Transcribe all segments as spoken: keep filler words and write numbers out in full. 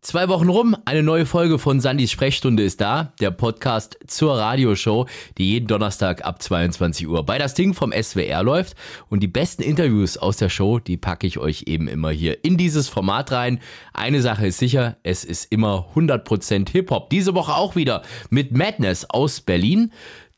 Zwei Wochen rum, eine neue Folge von Sandys Sprechstunde ist da, der Podcast zur Radioshow, die jeden Donnerstag ab zweiundzwanzig Uhr bei das Ding vom S W R läuft. Und die besten Interviews aus der Show, die packe ich euch eben immer hier in dieses Format rein. Eine Sache ist sicher, es ist immer hundert Prozent Hip-Hop. Diese Woche auch wieder mit Madness aus Berlin.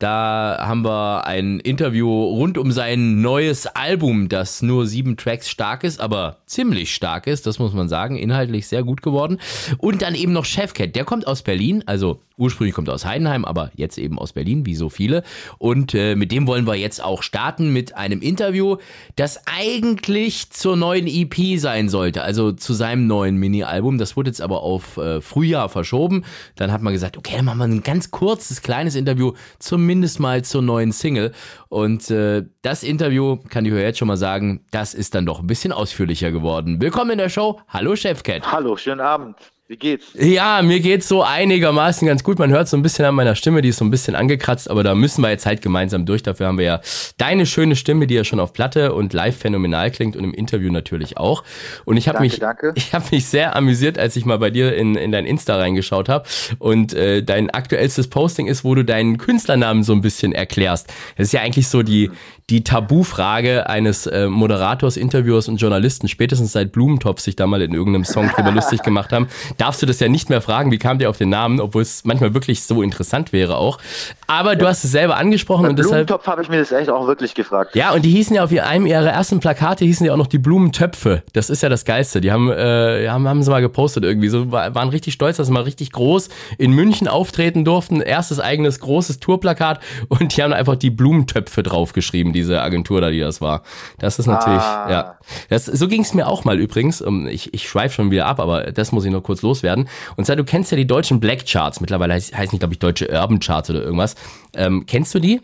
Da haben wir ein Interview rund um sein neues Album, das nur sieben Tracks stark ist, aber ziemlich stark ist, das muss man sagen, inhaltlich sehr gut geworden. Und dann eben noch Chefcat, der kommt aus Berlin, also ursprünglich kommt er aus Heidenheim, aber jetzt eben aus Berlin, wie so viele. Und äh, mit dem wollen wir jetzt auch starten mit einem Interview, das eigentlich zur neuen E P sein sollte, also zu seinem neuen Mini-Album. Das wurde jetzt aber auf äh, Frühjahr verschoben. Dann hat man gesagt, okay, dann machen wir ein ganz kurzes, kleines Interview zum mindestens mal zur neuen Single. Und äh, das Interview, kann ich euch jetzt schon mal sagen, das ist dann doch ein bisschen ausführlicher geworden. Willkommen in der Show. Hallo Chefcat. Hallo, schönen Abend. Wie geht's? Ja, mir geht's so einigermaßen ganz gut. Man hört so ein bisschen an meiner Stimme, die ist so ein bisschen angekratzt, aber da müssen wir jetzt halt gemeinsam durch. Dafür haben wir ja deine schöne Stimme, die ja schon auf Platte und live phänomenal klingt und im Interview natürlich auch. Und ich habe mich, danke. ich habe mich sehr amüsiert, als ich mal bei dir in, in dein Insta reingeschaut habe. Und äh, dein aktuellstes Posting ist, wo du deinen Künstlernamen so ein bisschen erklärst. Das ist ja eigentlich so die die Tabufrage eines äh, Moderators, Interviewers und Journalisten. Spätestens seit Blumentopf sich da mal in irgendeinem Song drüber lustig gemacht haben, darfst du das ja nicht mehr fragen, wie kam der auf den Namen, obwohl es manchmal wirklich so interessant wäre auch. Aber du hast es selber angesprochen. Bei und deshalb Blumentopf habe ich mir das echt auch wirklich gefragt. Ja, und die hießen ja auf einem ihrer ersten Plakate, hießen ja auch noch die Blumentöpfe. Das ist ja das Geilste. Die haben, äh, haben, haben sie mal gepostet irgendwie. So waren richtig stolz, dass sie mal richtig groß in München auftreten durften. Erstes eigenes großes Tourplakat und die haben einfach die Blumentöpfe draufgeschrieben, diese Agentur da, die das war. Das ist natürlich, ah. ja. Das, so ging es mir auch mal übrigens. Ich, ich schweife schon wieder ab, aber das muss ich noch kurz loswerden. Und zwar, du kennst ja die deutschen Black Charts. Mittlerweile heißt, heißt nicht, glaube ich, deutsche Urban Charts oder irgendwas. Ähm, kennst du die?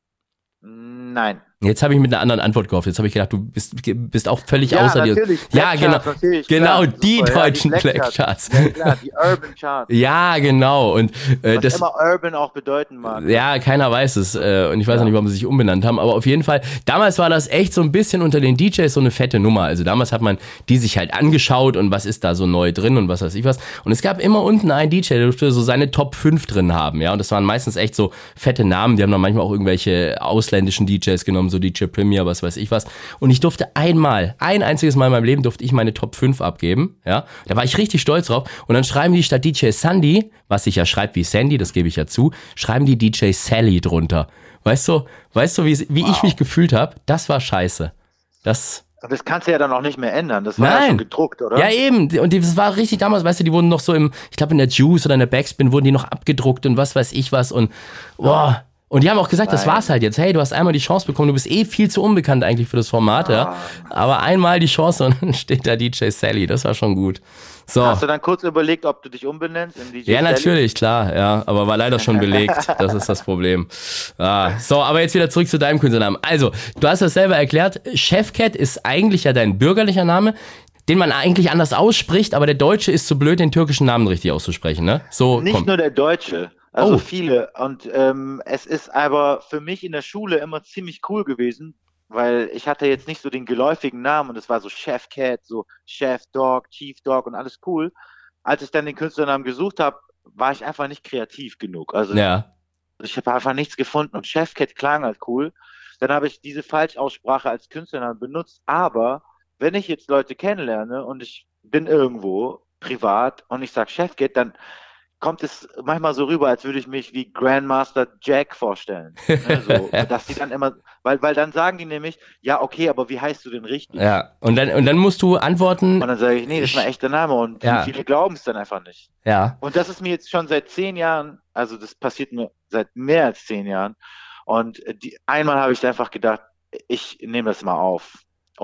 Nein. Jetzt habe ich mit einer anderen Antwort gehofft. Jetzt habe ich gedacht, du bist, bist auch völlig ja, außer dir. Natürlich. Ja, genau. Charts, natürlich. Genau, klar, die super, deutschen ja, die Black, Black Charts. Charts. Ja, klar, die Urban Charts. Ja, genau. Und äh, Was das immer Urban auch bedeuten mag. Ja, keiner weiß es. Äh, und ich weiß ja. auch nicht, warum sie sich umbenannt haben. Aber auf jeden Fall, damals war das echt so ein bisschen unter den D Js so eine fette Nummer. Also damals hat man die sich halt angeschaut und was ist da so neu drin und was weiß ich was. Und es gab immer unten einen D J, der durfte so seine Top fünf drin haben. Ja, und das waren meistens echt so fette Namen. Die haben dann manchmal auch irgendwelche ausländischen D Js genommen, so D J Premier, was weiß ich was. Und ich durfte einmal, ein einziges Mal in meinem Leben durfte ich meine Top fünf abgeben. Ja, da war ich richtig stolz drauf. Und dann schreiben die statt D J Sandy, was sich ja schreibt wie Sandy, das gebe ich ja zu, schreiben die D J Sally drunter. Weißt du, weißt du, wie, wie wow. ich mich gefühlt habe? Das war scheiße. Das... Aber das kannst du ja dann auch nicht mehr ändern. Das war Nein. ja schon gedruckt, oder? Ja, eben. Und das war richtig damals, weißt du, die wurden noch so im, ich glaube in der Juice oder in der Backspin wurden die noch abgedruckt und was weiß ich was. Und boah. Und die haben auch gesagt, Nein. das war's halt jetzt. Hey, du hast einmal die Chance bekommen, du bist eh viel zu unbekannt eigentlich für das Format, ah. ja. Aber einmal die Chance und dann steht da D J Sally. Das war schon gut. So. Hast du dann kurz überlegt, ob du dich umbenennst in D J Ja, Sally? Natürlich, klar, ja. Aber war leider schon belegt. Das ist das Problem. Ah. So, aber jetzt wieder zurück zu deinem Künstlernamen. Also, du hast das selber erklärt. Chefcat ist eigentlich ja dein bürgerlicher Name, den man eigentlich anders ausspricht, aber der Deutsche ist zu blöd, den türkischen Namen richtig auszusprechen, ne? So, Nicht komm. nur der Deutsche. Also oh. viele. Und ähm, es ist aber für mich in der Schule immer ziemlich cool gewesen, weil ich hatte jetzt nicht so den geläufigen Namen und es war so Chefcat, so Chef Dog, Chief Dog und alles cool. Als ich dann den Künstlernamen gesucht habe, war ich einfach nicht kreativ genug. Also ja. ich habe einfach nichts gefunden und Chefcat klang halt cool. Dann habe ich diese Falschaussprache als Künstlernamen benutzt. Aber wenn ich jetzt Leute kennenlerne und ich bin irgendwo privat und ich sage Chefcat, dann kommt es manchmal so rüber, als würde ich mich wie Grandmaster Jack vorstellen. Ne, so, dass die dann immer, weil, weil dann sagen die nämlich, ja, okay, aber wie heißt du denn richtig? Ja, und dann, und dann musst du antworten. Und dann sage ich, nee, das ist mein echter Name und ja. viele glauben es dann einfach nicht. Ja. Und das ist mir jetzt schon seit zehn Jahren, also das passiert mir seit mehr als zehn Jahren. Und die, einmal habe ich einfach gedacht, ich nehme das mal auf.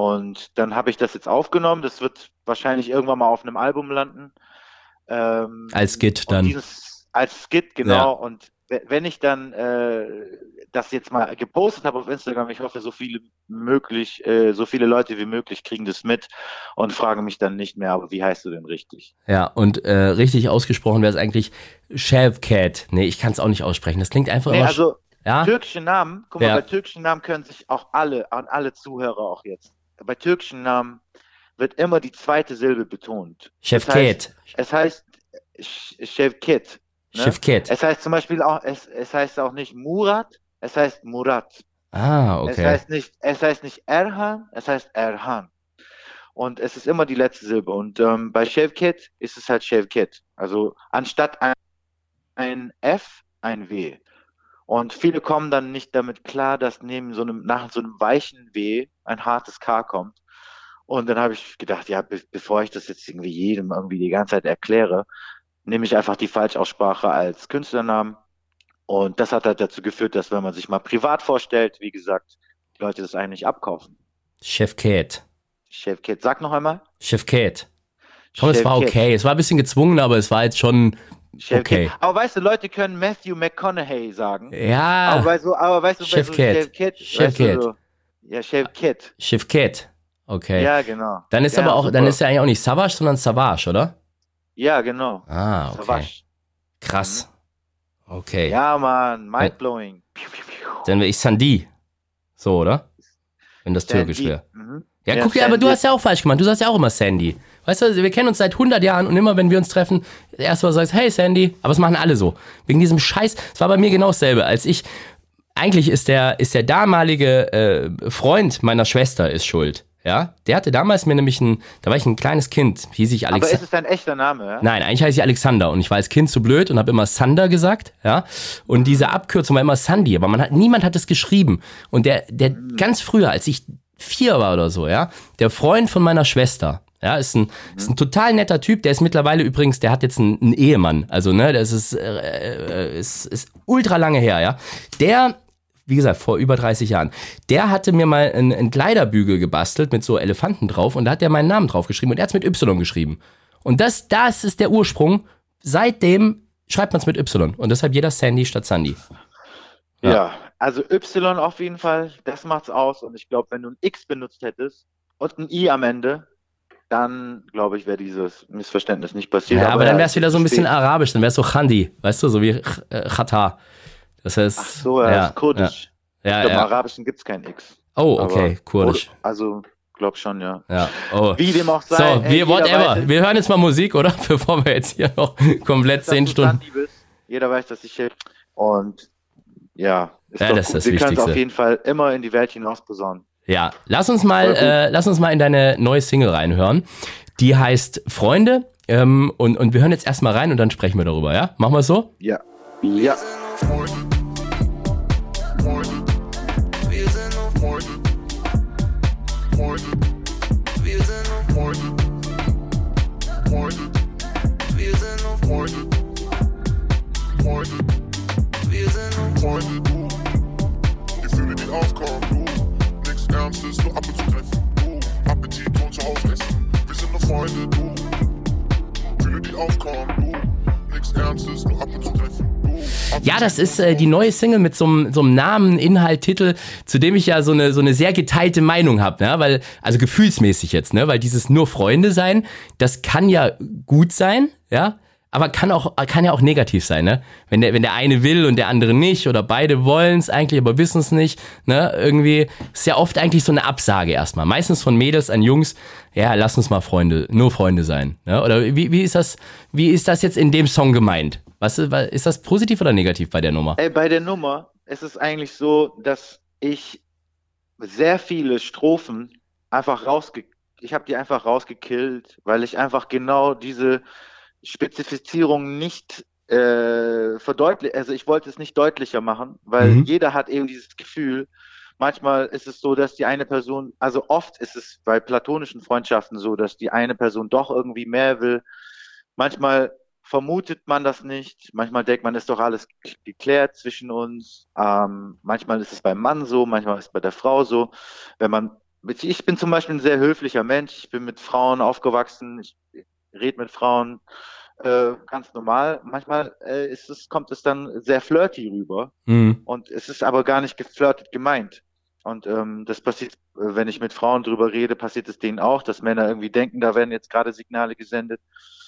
Und dann habe ich das jetzt aufgenommen. Das wird wahrscheinlich irgendwann mal auf einem Album landen. Ähm, als Skit dann. Dieses, als Skit, genau. Ja. Und wenn ich dann äh, das jetzt mal gepostet habe auf Instagram, ich hoffe, so viele möglich, äh, so viele Leute wie möglich kriegen das mit und fragen mich dann nicht mehr, aber wie heißt du denn richtig? Ja, und äh, richtig ausgesprochen wäre es eigentlich Chefcat. Nee, ich kann es auch nicht aussprechen. Das klingt einfach nee, immer... Also, ja? türkische Namen, guck mal, ja. bei türkischen Namen können sich auch alle, an alle Zuhörer auch jetzt, bei türkischen Namen wird immer die zweite Silbe betont. Chefcat. Das heißt, es heißt Şevket. Ne? Şevket. Es heißt zum Beispiel auch, es, es heißt auch nicht Murat, es heißt Murat. Ah, Es okay. heißt nicht, es heißt nicht Erhan, es heißt Erhan. Und es ist immer die letzte Silbe. Und ähm, bei Şevket ist es halt Şevket. Also anstatt ein, ein F, ein W. Und viele kommen dann nicht damit klar, dass neben so einem, nach so einem weichen W ein hartes K kommt. Und dann habe ich gedacht, ja, be bevor ich das jetzt irgendwie jedem irgendwie die ganze Zeit erkläre, nehme ich einfach die Falschaussprache als Künstlernamen. Und das hat halt dazu geführt, dass wenn man sich mal privat vorstellt, wie gesagt, die Leute das eigentlich abkaufen. Şevket. Şevket, sag noch einmal. Şevket. Komm, es war Şevket. okay. Es war ein bisschen gezwungen, aber es war jetzt schon Şevket. okay. Aber weißt du, Leute können Matthew McConaughey sagen. Ja. Aber, bei so, aber weißt du, bei so Şevket. Şevket, weißt Şevket. du so, ja, Şevket. Şevket. Okay. Ja, genau. Dann ist ja, aber auch, super. dann ist er eigentlich auch nicht Savage, sondern Savage, oder? Ja, genau. Ah, okay. Savage. Krass. Okay. Ja, Mann, mindblowing. Piu, piu, piu. Dann wäre ich Sandi. So, oder? Wenn das türkisch Sandy. wäre. Mhm. Ja, Ja, guck dir, aber Sandy. du hast ja auch falsch gemacht. Du sagst ja auch immer Sandy. Weißt du, wir kennen uns seit hundert Jahren und immer, wenn wir uns treffen, erst mal sagst, hey Sandy. Aber es machen alle so. Wegen diesem Scheiß. Es war bei mir genau dasselbe. Als ich, eigentlich ist der, ist der damalige äh, Freund meiner Schwester ist schuld. Ja, der hatte damals mir nämlich ein, da war ich ein kleines Kind, hieß ich Aber Alexander. ist es dein echter Name, ja? Nein, eigentlich heiße ich Alexander und ich war als Kind zu blöd und habe immer Sander gesagt, ja. Und diese Abkürzung war immer Sandy, aber man hat, niemand hat es geschrieben. Und der, der ganz früher, als ich vier war oder so, ja, der Freund von meiner Schwester, ja, ist ein, ist ein total netter Typ. Der ist mittlerweile übrigens, der hat jetzt einen, einen Ehemann, also ne, das ist, äh, ist, ist ultra lange her, ja. Der Wie gesagt, vor über dreißig Jahren. Der hatte mir mal einen, einen Kleiderbügel gebastelt mit so Elefanten drauf und da hat er meinen Namen drauf geschrieben und er hat es mit Y geschrieben. Und das, das ist der Ursprung. Seitdem schreibt man es mit Y und deshalb jeder Sandy statt Sandy. Ja. Ja. also Y auf jeden Fall, das macht's aus. Und ich glaube, wenn du ein X benutzt hättest und ein I am Ende, dann glaube ich, wäre dieses Missverständnis nicht passiert. Ja, aber dann wäre es ja, wieder so ein bisschen spät. arabisch, dann wäre es so Khandi, weißt du, so wie äh, Chata. Das heißt, Ach so, ja, das ist kurdisch. Ja, ich glaube, ja. im Arabischen gibt es kein X. Oh, okay, Aber- kurdisch. Also, glaub schon, ja. Ja, oh. Wie dem auch sei. So, ey, wir, jeder whatever. weiß, Wir hören jetzt mal Musik, oder? Bevor wir jetzt hier noch komplett dass zehn du Stunden. Sandy bist. Jeder weiß, dass ich hier. Und ja, ist Ja, doch das ist gut. das Wir können es Wichtigste. auf jeden Fall immer in die Welt hinaus posaunen. Ja, lass uns mal, Voll gut. äh, lass uns mal in deine neue Single reinhören. Die heißt Freunde. Ähm, und, und wir hören jetzt erstmal rein und dann sprechen wir darüber, ja? Machen wir es so? Ja. Ja. Wir sind noch Freunde. Freunde. Wir sind noch Freunde. Freunde. Wir sind noch Freunde. Freunde. Wir sind noch Freunde. Du. Ich fühle den Aufkommen. Du. Nichts Ernstes, nur ab und zu treffen. Du. Appetit und zu Hause essen. Wir sind noch Freunde. Du. Fühle den Aufkommen. Du. Nichts Ernstes, nur ab und zu treffen. Ja, das ist äh, die neue Single mit so einem so einem Namen, Inhalt, Titel, zu dem ich ja so eine so eine sehr geteilte Meinung habe, ne? Weil also gefühlsmäßig jetzt, ne? Weil dieses nur Freunde sein, das kann ja gut sein, ja, aber kann auch kann ja auch negativ sein, ne? Wenn der wenn der eine will und der andere nicht oder beide wollen es eigentlich, aber wissen es nicht, ne? Irgendwie ist ja oft eigentlich so eine Absage erstmal, meistens von Mädels an Jungs. Ja, lass uns mal Freunde, nur Freunde sein, ne? Oder wie wie ist das wie ist das jetzt in dem Song gemeint? Was ist, ist das positiv oder negativ bei der Nummer? Ey, bei der Nummer ist es eigentlich so, dass ich sehr viele Strophen einfach rausge... Ich habe die einfach rausgekillt, weil ich einfach genau diese Spezifizierung nicht äh, verdeutlichen... Also ich wollte es nicht deutlicher machen, weil Mhm. jeder hat eben dieses Gefühl. Manchmal ist es so, dass die eine Person... Also oft ist es bei platonischen Freundschaften so, dass die eine Person doch irgendwie mehr will. Manchmal vermutet man das nicht. Manchmal denkt man, ist doch alles k- geklärt zwischen uns. Ähm, manchmal ist es beim Mann so, manchmal ist es bei der Frau so. Wenn man, ich bin zum Beispiel ein sehr höflicher Mensch. Ich bin mit Frauen aufgewachsen. Ich rede mit Frauen äh, ganz normal. Manchmal äh, ist es, kommt es dann sehr flirty rüber. Mhm. Und es ist aber gar nicht geflirtet gemeint. Und ähm, das passiert, äh, wenn ich mit Frauen drüber rede, passiert es denen auch, dass Männer irgendwie denken, da werden jetzt gerade Signale gesendet.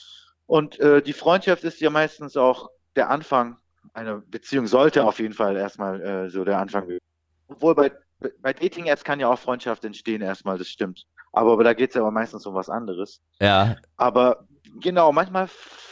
Und äh, die Freundschaft ist ja meistens auch der Anfang einer Beziehung, sollte auf jeden Fall erstmal äh, so der Anfang werden. Obwohl bei, bei Dating-Apps kann ja auch Freundschaft entstehen erstmal, das stimmt. Aber, aber da geht es ja aber meistens um was anderes. Ja, Aber genau, manchmal f-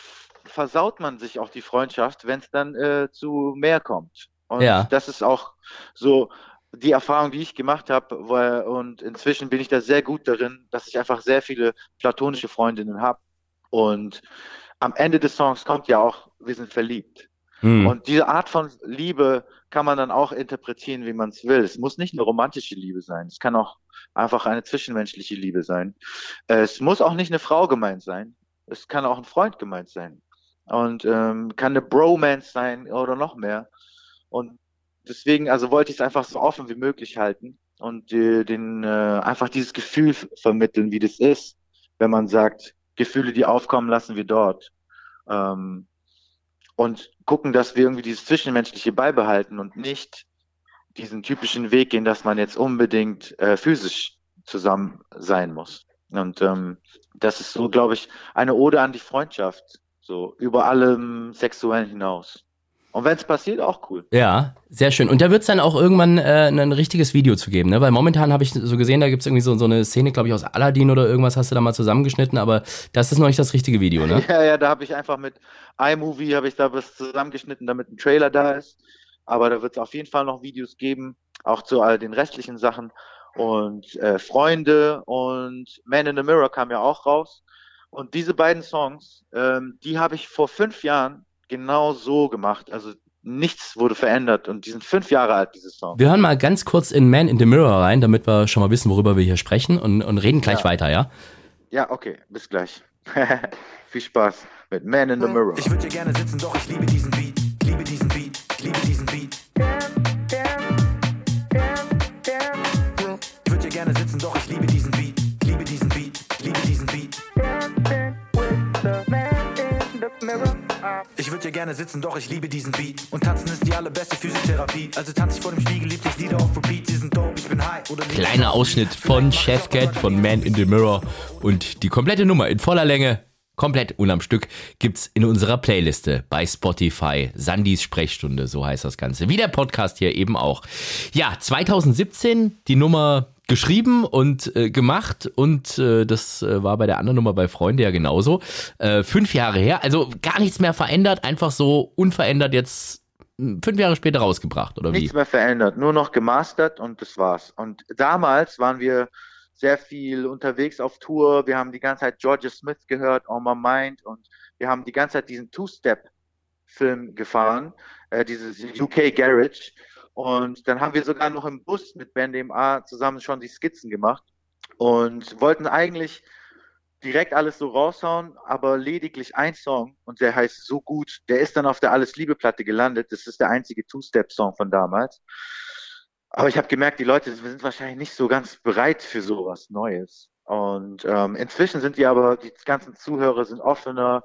versaut man sich auch die Freundschaft, wenn es dann äh, zu mehr kommt. Und Ja. das ist auch so die Erfahrung, die ich gemacht habe. Und inzwischen bin ich da sehr gut darin, dass ich einfach sehr viele platonische Freundinnen habe. Und am Ende des Songs kommt ja auch, wir sind verliebt. Hm. Und diese Art von Liebe kann man dann auch interpretieren, wie man es will. Es muss nicht eine romantische Liebe sein. Es kann auch einfach eine zwischenmenschliche Liebe sein. Es muss auch nicht eine Frau gemeint sein. Es kann auch ein Freund gemeint sein. Und ähm, kann eine Bromance sein oder noch mehr. Und deswegen, also wollte ich es einfach so offen wie möglich halten und äh, den äh, einfach dieses Gefühl f- vermitteln, wie das ist, wenn man sagt, Gefühle, die aufkommen, lassen wir dort. Ähm, und gucken, dass wir irgendwie dieses Zwischenmenschliche beibehalten und nicht diesen typischen Weg gehen, dass man jetzt unbedingt äh, physisch zusammen sein muss. Und ähm, das ist so, glaube ich, eine Ode an die Freundschaft, so über allem Sexuellen hinaus. Und wenn es passiert, auch cool. Ja, sehr schön. Und da wird es dann auch irgendwann äh, ein richtiges Video zu geben, ne? Weil momentan habe ich so gesehen, da gibt es irgendwie so, so eine Szene, glaube ich, aus Aladdin oder irgendwas hast du da mal zusammengeschnitten, aber das ist noch nicht das richtige Video, ne? Ja, ja, da habe ich einfach mit iMovie habe ich da was zusammengeschnitten, damit ein Trailer da ist. Aber da wird es auf jeden Fall noch Videos geben, auch zu all den restlichen Sachen. Und äh, Freunde und Man in the Mirror kam ja auch raus. Und diese beiden Songs, ähm, die habe ich vor fünf Jahren genau so gemacht. Also nichts wurde verändert. Und die sind fünf Jahre alt, diese Songs. Wir hören mal ganz kurz in Man in the Mirror rein, damit wir schon mal wissen, worüber wir hier sprechen und, und reden gleich Ja. weiter, ja? Ja, okay, bis gleich. Viel Spaß mit Man in the Mirror. Ich würde hier gerne sitzen, doch ich liebe diesen Beat. Liebe diesen Beat, liebe diesen Beat. Ich würde hier gerne sitzen, doch ich liebe diesen Beat. Liebe diesen Beat, liebe diesen Beat. Ich würde hier gerne sitzen, doch ich liebe diesen Beat. Und tanzen ist die allerbeste Physiotherapie. Also tanze ich vor dem Spiegel, Lieblingslieder auf Repeat. Sie sind dope, ich bin high. Oder Kleiner Ausschnitt von Chef Cat von Man in the Mirror und die komplette Nummer in voller Länge, komplett und am Stück, gibt's in unserer Playliste bei Spotify. Sandys Sprechstunde, so heißt das Ganze. Wie der Podcast hier eben auch. Ja, zwanzig siebzehn die Nummer geschrieben und äh, gemacht und äh, das äh, war bei der anderen Nummer bei Freunde ja genauso. Äh, fünf Jahre her, also gar nichts mehr verändert, einfach so unverändert jetzt mh, fünf Jahre später rausgebracht, oder wie? Nichts mehr verändert, nur noch gemastert und das war's. Und damals waren wir sehr viel unterwegs auf Tour. Wir haben die ganze Zeit Georgia Smith gehört, On My Mind, und wir haben die ganze Zeit diesen Two-Step-Film gefahren, äh, dieses U K Garage. Und dann haben wir sogar noch im Bus mit Band M A zusammen schon die Skizzen gemacht und wollten eigentlich direkt alles so raushauen, aber lediglich ein Song, und der heißt So Gut, der ist dann auf der Alles Liebe Platte gelandet. Das ist der einzige Two-Step-Song von damals. Aber ich habe gemerkt, die Leute sind wahrscheinlich nicht so ganz bereit für sowas Neues. Und ähm, inzwischen sind die aber, die ganzen Zuhörer sind offener.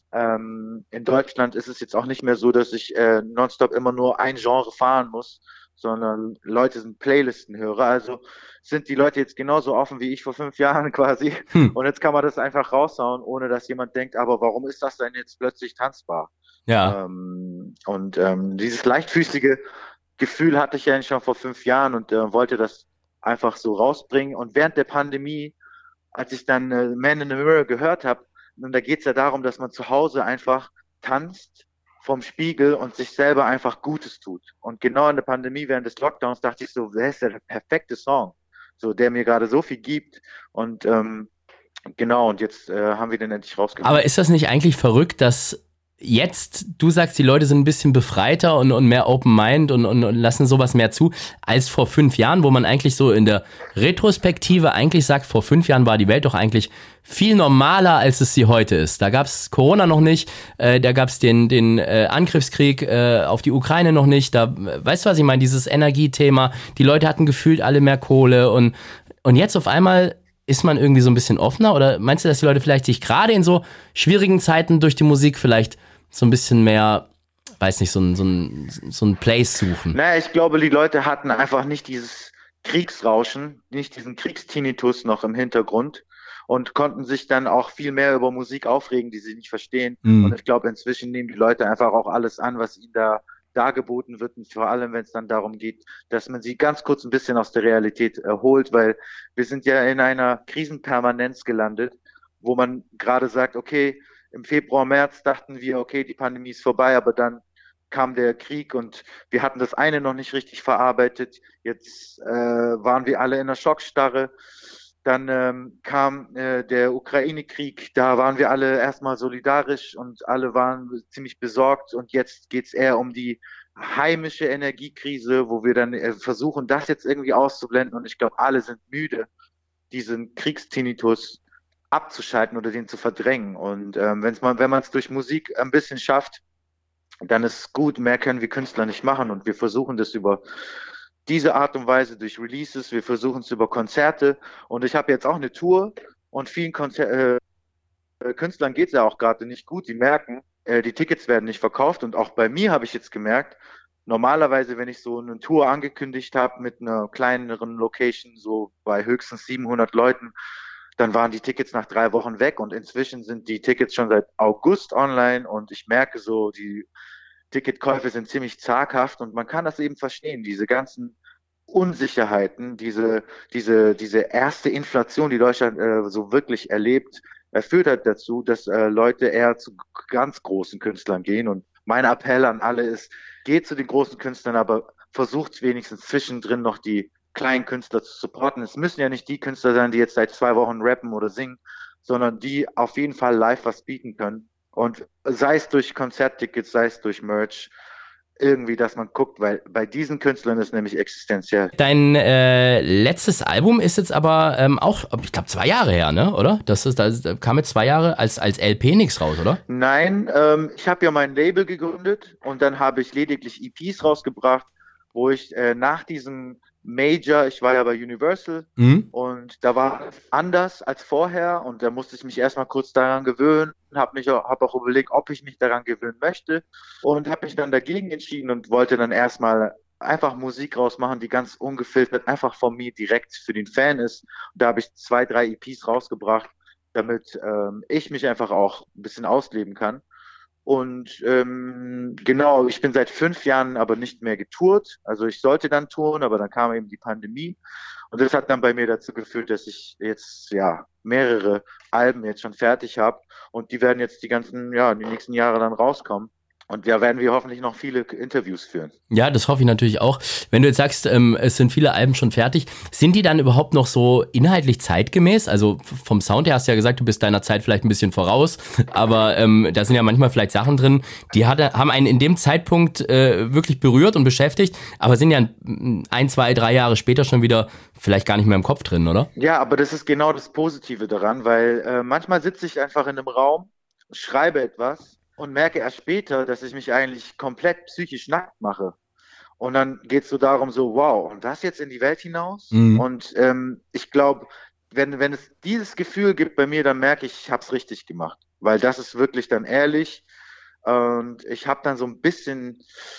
Ähm, in Deutschland ist es jetzt auch nicht mehr so, dass ich äh, nonstop immer nur ein Genre fahren muss, sondern Leute sind Playlisten-Hörer. Also sind die Leute jetzt genauso offen wie ich vor fünf Jahren quasi. Hm. Und jetzt kann man das einfach raushauen, ohne dass jemand denkt, aber warum ist das denn jetzt plötzlich tanzbar? Ja, Ähm, und ähm, dieses leichtfüßige Gefühl hatte ich ja schon vor fünf Jahren und äh, wollte das einfach so rausbringen. Und während der Pandemie, als ich dann äh, Man in the Mirror gehört habe, und da geht es ja darum, dass man zu Hause einfach tanzt vorm Spiegel und sich selber einfach Gutes tut. Und genau in der Pandemie, während des Lockdowns, dachte ich so, wer ist der perfekte Song, so der mir gerade so viel gibt. Und ähm, genau, und jetzt äh, haben wir den endlich rausgebracht. aber ist das nicht eigentlich verrückt, dass jetzt, du sagst, die Leute sind ein bisschen befreiter und, und mehr Open Mind und, und, und lassen sowas mehr zu, als vor fünf Jahren, wo man eigentlich so in der Retrospektive eigentlich sagt, vor fünf Jahren war die Welt doch eigentlich viel normaler, als es sie heute ist. Da gab's Corona noch nicht, äh, da gab's den, den äh, Angriffskrieg äh, auf die Ukraine noch nicht, da, weißt du, was ich meine, dieses Energiethema, die Leute hatten gefühlt alle mehr Kohle und, und jetzt auf einmal ist man irgendwie so ein bisschen offener, oder meinst du, dass die Leute vielleicht sich gerade in so schwierigen Zeiten durch die Musik vielleicht so ein bisschen mehr, weiß nicht, so ein, so ein, so ein Place suchen? Naja, ich glaube, die Leute hatten einfach nicht dieses Kriegsrauschen, nicht diesen Kriegstinitus noch im Hintergrund und konnten sich dann auch viel mehr über Musik aufregen, die sie nicht verstehen. Mhm. Und ich glaube, inzwischen nehmen die Leute einfach auch alles an, was ihnen da dargeboten wird, und vor allem, wenn es dann darum geht, dass man sie ganz kurz ein bisschen aus der Realität erholt, weil wir sind ja in einer Krisenpermanenz gelandet, wo man gerade sagt, okay, im Februar, März dachten wir, okay, die Pandemie ist vorbei, aber dann kam der Krieg und wir hatten das eine noch nicht richtig verarbeitet. Jetzt äh, waren wir alle in einer Schockstarre. Dann ähm, kam äh, der Ukraine-Krieg, da waren wir alle erstmal solidarisch und alle waren ziemlich besorgt. Und jetzt geht's eher um die heimische Energiekrise, wo wir dann äh, versuchen, das jetzt irgendwie auszublenden. Und ich glaube, alle sind müde, diesen Kriegstinitus abzuschalten oder den zu verdrängen. Und ähm, wenn's mal, wenn man es durch Musik ein bisschen schafft, dann ist gut. Mehr können wir Künstler nicht machen. Und wir versuchen das über diese Art und Weise, durch Releases, wir versuchen es über Konzerte und ich habe jetzt auch eine Tour und vielen Konzer- äh, Künstlern geht es ja auch gerade nicht gut, die merken, äh, die Tickets werden nicht verkauft und auch bei mir habe ich jetzt gemerkt, normalerweise, wenn ich so eine Tour angekündigt habe mit einer kleineren Location, so bei höchstens siebenhundert Leuten, dann waren die Tickets nach drei Wochen weg und inzwischen sind die Tickets schon seit August online und ich merke so, die Ticketkäufe sind ziemlich zaghaft und man kann das eben verstehen, diese ganzen Unsicherheiten, diese, diese, diese erste Inflation, die Deutschland äh, so wirklich erlebt, äh, führt halt dazu, dass äh, Leute eher zu ganz großen Künstlern gehen und mein Appell an alle ist, geht zu den großen Künstlern, aber versucht wenigstens zwischendrin noch die kleinen Künstler zu supporten. Es müssen ja nicht die Künstler sein, die jetzt seit zwei Wochen rappen oder singen, sondern die auf jeden Fall live was bieten können. Und sei es durch Konzerttickets, sei es durch Merch, irgendwie, dass man guckt, weil bei diesen Künstlern ist nämlich existenziell. Dein äh, letztes Album ist jetzt aber ähm, auch, ich glaube, zwei Jahre her, ne? Oder? Das ist, das kam jetzt zwei Jahre als, als L P nichts raus, oder? Nein, ähm, ich habe ja mein Label gegründet und dann habe ich lediglich E Ps rausgebracht, wo ich äh, nach diesem Major, ich war ja bei Universal mhm. und da war es anders als vorher und da musste ich mich erstmal kurz daran gewöhnen, habe mich auch, hab auch überlegt, ob ich mich daran gewöhnen möchte und habe mich dann dagegen entschieden und wollte dann erstmal einfach Musik rausmachen, die ganz ungefiltert einfach von mir direkt für den Fan ist. Und da habe ich zwei, drei E Ps rausgebracht, damit ähm, ich mich einfach auch ein bisschen ausleben kann. Und ähm, genau, ich bin seit fünf Jahren aber nicht mehr getourt. Also ich sollte dann touren, aber dann kam eben die Pandemie. Und das hat dann bei mir dazu geführt, dass ich jetzt ja mehrere Alben jetzt schon fertig habe. Und die werden jetzt die ganzen, ja, die nächsten Jahre dann rauskommen. Und da werden wir hoffentlich noch viele Interviews führen. Ja, das hoffe ich natürlich auch. Wenn du jetzt sagst, ähm, es sind viele Alben schon fertig, sind die dann überhaupt noch so inhaltlich zeitgemäß? Also vom Sound her hast du ja gesagt, du bist deiner Zeit vielleicht ein bisschen voraus, aber ähm, da sind ja manchmal vielleicht Sachen drin, die hat, haben einen in dem Zeitpunkt äh, wirklich berührt und beschäftigt, aber sind ja ein, zwei, drei Jahre später schon wieder vielleicht gar nicht mehr im Kopf drin, oder? Ja, aber das ist genau das Positive daran, weil äh, manchmal sitze ich einfach in einem Raum, schreibe etwas, und merke erst später, dass ich mich eigentlich komplett psychisch nackt mache. Und dann geht's so darum, so wow, und das jetzt in die Welt hinaus? Mhm. Und ähm, ich glaube, wenn wenn es dieses Gefühl gibt bei mir, dann merke ich, ich habe es richtig gemacht. Weil das ist wirklich dann ehrlich. Und ich habe dann so ein bisschen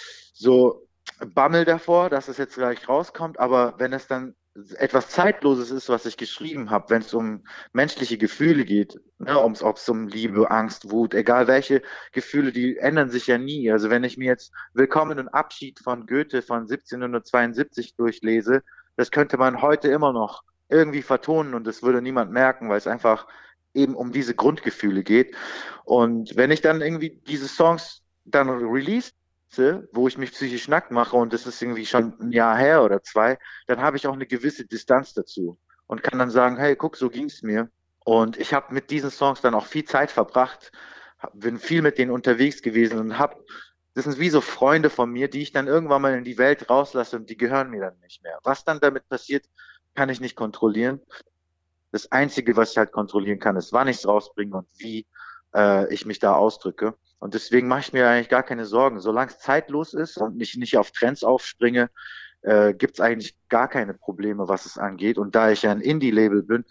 so Bammel davor, dass es jetzt gleich rauskommt. Aber wenn es dann etwas Zeitloses ist, was ich geschrieben habe, wenn es um menschliche Gefühle geht, ne, ob es um Liebe, Angst, Wut, egal welche Gefühle, die ändern sich ja nie. Also wenn ich mir jetzt Willkommen und Abschied von Goethe von siebzehnhundertzweiundsiebzig durchlese, das könnte man heute immer noch irgendwie vertonen und das würde niemand merken, weil es einfach eben um diese Grundgefühle geht. Und wenn ich dann irgendwie diese Songs dann release, wo ich mich psychisch nackt mache und das ist irgendwie schon ein Jahr her oder zwei, dann habe ich auch eine gewisse Distanz dazu und kann dann sagen, hey, guck, so ging's mir. Und ich habe mit diesen Songs dann auch viel Zeit verbracht, bin viel mit denen unterwegs gewesen und habe, das sind wie so Freunde von mir, die ich dann irgendwann mal in die Welt rauslasse und die gehören mir dann nicht mehr. Was dann damit passiert, kann ich nicht kontrollieren. Das Einzige, was ich halt kontrollieren kann, ist, wann ich es rausbringe und wie äh, ich mich da ausdrücke. Und deswegen mache ich mir eigentlich gar keine Sorgen. Solange es zeitlos ist und ich nicht auf Trends aufspringe, äh, gibt es eigentlich gar keine Probleme, was es angeht. Und da ich ja ein Indie-Label bin,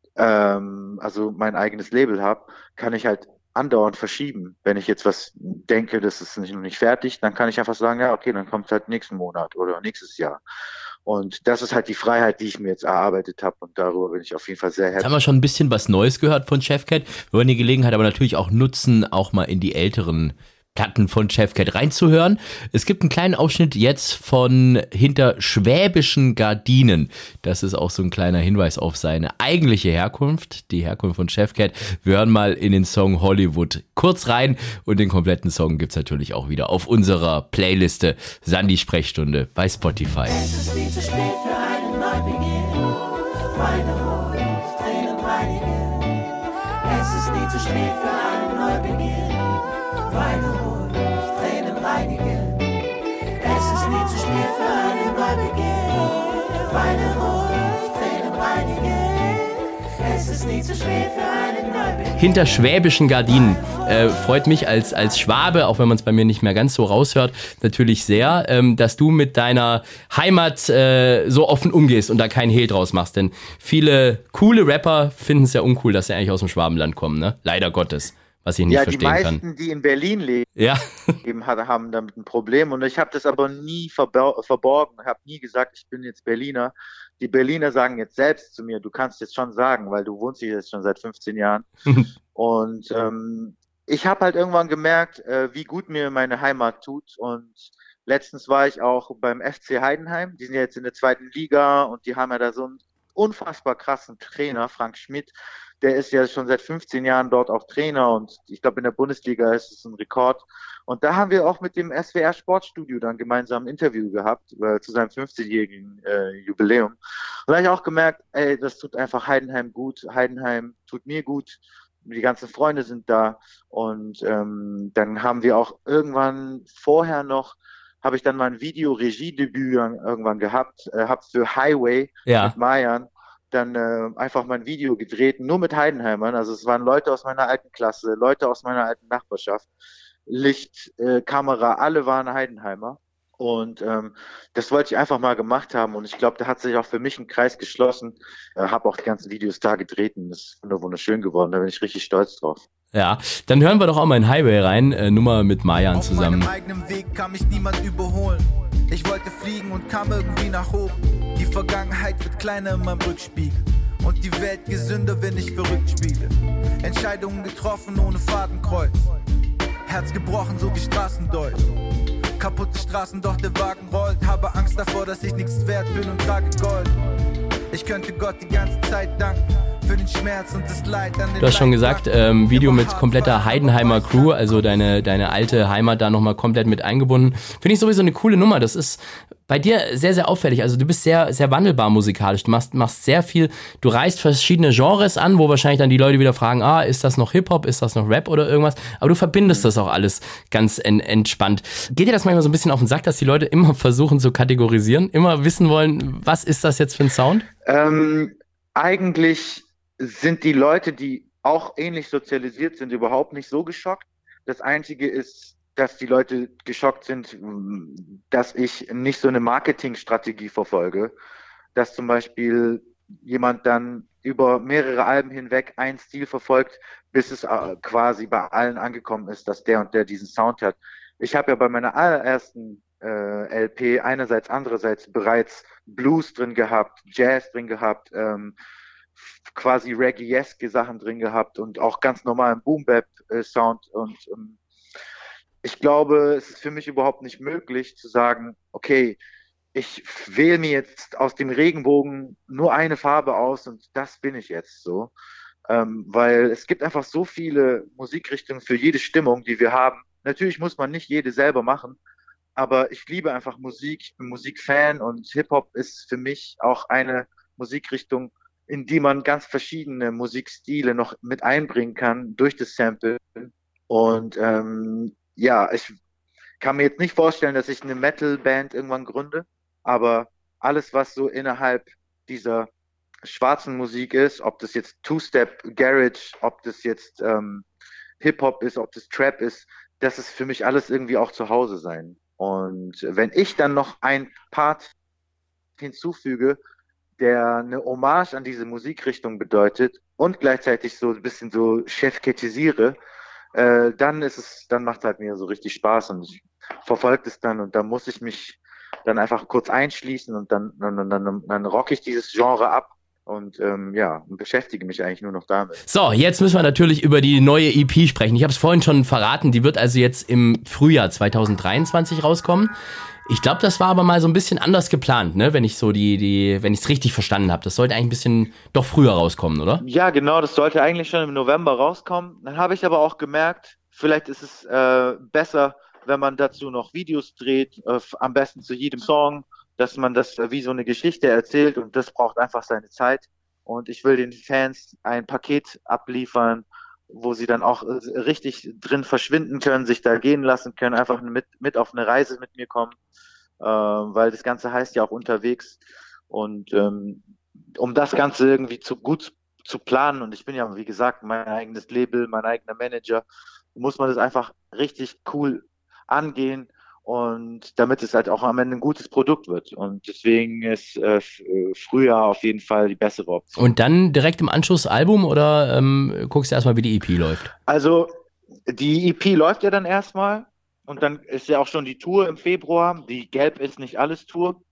ähm, also mein eigenes Label habe, kann ich halt andauernd verschieben. Wenn ich jetzt was denke, das ist nicht, noch nicht fertig, dann kann ich einfach sagen, ja, okay, dann kommt es halt nächsten Monat oder nächstes Jahr. Und das ist halt die Freiheit, die ich mir jetzt erarbeitet habe und darüber bin ich auf jeden Fall sehr happy. Jetzt haben wir schon ein bisschen was Neues gehört von Chefcat. Wir wollen die Gelegenheit aber natürlich auch nutzen, auch mal in die älteren Platten von Chefcat reinzuhören. Es gibt einen kleinen Ausschnitt jetzt von Hinter schwäbischen Gardinen. Das ist auch so ein kleiner Hinweis auf seine eigentliche Herkunft, die Herkunft von Chefcat. Wir hören mal in den Song Hollywood kurz rein und den kompletten Song gibt's natürlich auch wieder auf unserer Playliste Sandy Sprechstunde bei Spotify. Es ist nie zu spät für einen Neubeginn. Weine ruhig, Tränen reinigen. Es ist nie zu spät für einen Neubeginn. Weine ruhig, Tränen reinigen. Es ist nie zu spät für einen Neubeginn. Weine ruhig, Tränen reinigen. Es ist nie zu spät für einen Neubeginn. Hinter schwäbischen Gardinen. Äh, freut mich als, als Schwabe, auch wenn man es bei mir nicht mehr ganz so raushört, natürlich sehr, ähm, dass du mit deiner Heimat äh, so offen umgehst und da keinen Hehl draus machst. Denn viele coole Rapper finden es ja uncool, dass sie eigentlich aus dem Schwabenland kommen, ne? Leider Gottes. Was ich nicht ja, verstehen die kann. meisten, die in Berlin leben, Ja. eben hat- haben damit ein Problem. Und ich habe das aber nie verbo- verborgen. Ich habe nie gesagt, ich bin jetzt Berliner. Die Berliner sagen jetzt selbst zu mir, du kannst jetzt schon sagen, weil du wohnst hier jetzt schon seit fünfzehn Jahren. Und ähm, ich habe halt irgendwann gemerkt, äh, wie gut mir meine Heimat tut. Und letztens war ich auch beim F C Heidenheim. Die sind ja jetzt in der zweiten Liga und die haben ja da so einen unfassbar krassen Trainer, Frank Schmidt. Der ist ja schon seit fünfzehn Jahren dort auch Trainer und ich glaube in der Bundesliga ist es ein Rekord. Und da haben wir auch mit dem S W R Sportstudio dann gemeinsam ein Interview gehabt äh, zu seinem fünfzigjährigen äh, Jubiläum. Und da habe ich auch gemerkt, ey, das tut einfach Heidenheim gut. Heidenheim tut mir gut. Die ganzen Freunde sind da. Und ähm, dann haben wir auch irgendwann vorher noch, habe ich dann mein Videoregiedebüt irgendwann gehabt, äh, habe für Highway Ja. mit Mayan dann äh, einfach mein Video gedreht, nur mit Heidenheimern. Also es waren Leute aus meiner alten Klasse, Leute aus meiner alten Nachbarschaft. Licht, äh, Kamera, alle waren Heidenheimer. Und ähm, das wollte ich einfach mal gemacht haben. Und ich glaube, da hat sich auch für mich ein Kreis geschlossen. Äh, habe auch die ganzen Videos da gedreht und das ist wunderschön geworden. Da bin ich richtig stolz drauf. Ja, dann hören wir doch auch mal in Highway rein, äh, Nummer mit Mayan zusammen. Auf meinem eigenen Weg kann mich niemand überholen. Ich wollte fliegen und kam irgendwie nach oben. Die Vergangenheit wird kleiner in meinem Rückspiegel. Und die Welt gesünder, wenn ich verrückt spiele. Entscheidungen getroffen ohne Fadenkreuz. Herz gebrochen, so wie Straßendeutsch. Kaputte Straßen, doch der Wagen rollt. Habe Angst davor, dass ich nichts wert bin und trage Gold. Ich könnte Gott die ganze Zeit danken. Für den Schmerz und das Leid an den Du hast schon gesagt, Leidplanken. ähm, Video mit kompletter Heidenheimer Crew, also deine, deine alte Heimat da nochmal komplett mit eingebunden. Finde ich sowieso eine coole Nummer. Das ist bei dir sehr, sehr auffällig. Also du bist sehr, sehr wandelbar musikalisch. Du machst, machst sehr viel, du reißt verschiedene Genres an, wo wahrscheinlich dann die Leute wieder fragen, ah, ist das noch Hip-Hop, ist das noch Rap oder irgendwas? Aber du verbindest das auch alles ganz en- entspannt. Geht dir das manchmal so ein bisschen auf den Sack, dass die Leute immer versuchen zu kategorisieren, immer wissen wollen, was ist das jetzt für ein Sound? Ähm, eigentlich sind die Leute, die auch ähnlich sozialisiert sind, überhaupt nicht so geschockt. Das Einzige ist, dass die Leute geschockt sind, dass ich nicht so eine Marketingstrategie verfolge, dass zum Beispiel jemand dann über mehrere Alben hinweg ein Stil verfolgt, bis es äh, quasi bei allen angekommen ist, dass der und der diesen Sound hat. Ich habe ja bei meiner allerersten äh, L P einerseits, andererseits bereits Blues drin gehabt, Jazz drin gehabt, ähm, quasi Reggae-eske Sachen drin gehabt und auch ganz normalen Boom-Bap-Sound. Und ähm, ich glaube, es ist für mich überhaupt nicht möglich zu sagen, okay, ich wähle mir jetzt aus dem Regenbogen nur eine Farbe aus und das bin ich jetzt so. Ähm, weil es gibt einfach so viele Musikrichtungen für jede Stimmung, die wir haben. Natürlich muss man nicht jede selber machen, aber ich liebe einfach Musik, ich bin Musikfan und Hip-Hop ist für mich auch eine Musikrichtung, in die man ganz verschiedene Musikstile noch mit einbringen kann durch das Sample. Und ähm, ja, ich kann mir jetzt nicht vorstellen, dass ich eine Metal-Band irgendwann gründe, aber alles, was so innerhalb dieser schwarzen Musik ist, ob das jetzt Two-Step, Garage, ob das jetzt ähm, Hip-Hop ist, ob das Trap ist, das ist für mich alles irgendwie auch zu Hause sein. Und wenn ich dann noch ein Part hinzufüge, der eine Hommage an diese Musikrichtung bedeutet und gleichzeitig so ein bisschen so chefketisiere, äh, dann ist es, dann macht es halt mir so richtig Spaß und ich verfolge es dann und da muss ich mich dann einfach kurz einschließen und dann, dann, dann, dann, dann rock ich dieses Genre ab Und ähm, ja, beschäftige mich eigentlich nur noch damit. So, jetzt müssen wir natürlich über die neue E P sprechen. Ich habe es vorhin schon verraten, die wird also jetzt im Frühjahr zwanzig dreiundzwanzig rauskommen. Ich glaube, das war aber mal so ein bisschen anders geplant, ne? Wenn ich so die, die, wenn ich es richtig verstanden habe. Das sollte eigentlich ein bisschen doch früher rauskommen, oder? Ja, genau, das sollte eigentlich schon im November rauskommen. Dann habe ich aber auch gemerkt, vielleicht ist es äh, besser, wenn man dazu noch Videos dreht, äh, am besten zu jedem Song, dass man das äh, wie so eine Geschichte erzählt, und das braucht einfach seine Zeit. Und ich will den Fans ein Paket abliefern, wo sie dann auch äh, richtig drin verschwinden können, sich da gehen lassen können, einfach mit, mit auf eine Reise mit mir kommen, äh, weil das Ganze heißt ja auch unterwegs. Und ähm, um das Ganze irgendwie zu gut zu planen, und ich bin ja, wie gesagt, mein eigenes Label, mein eigener Manager, muss man das einfach richtig cool angehen, und damit es halt auch am Ende ein gutes Produkt wird. Und deswegen ist äh, Frühjahr auf jeden Fall die bessere Option. Und dann direkt im Anschluss Album, oder ähm, guckst du erstmal, wie die E P läuft? Also die E P läuft ja dann erstmal, und dann ist ja auch schon die Tour im Februar, die Gelb ist nicht alles Tour.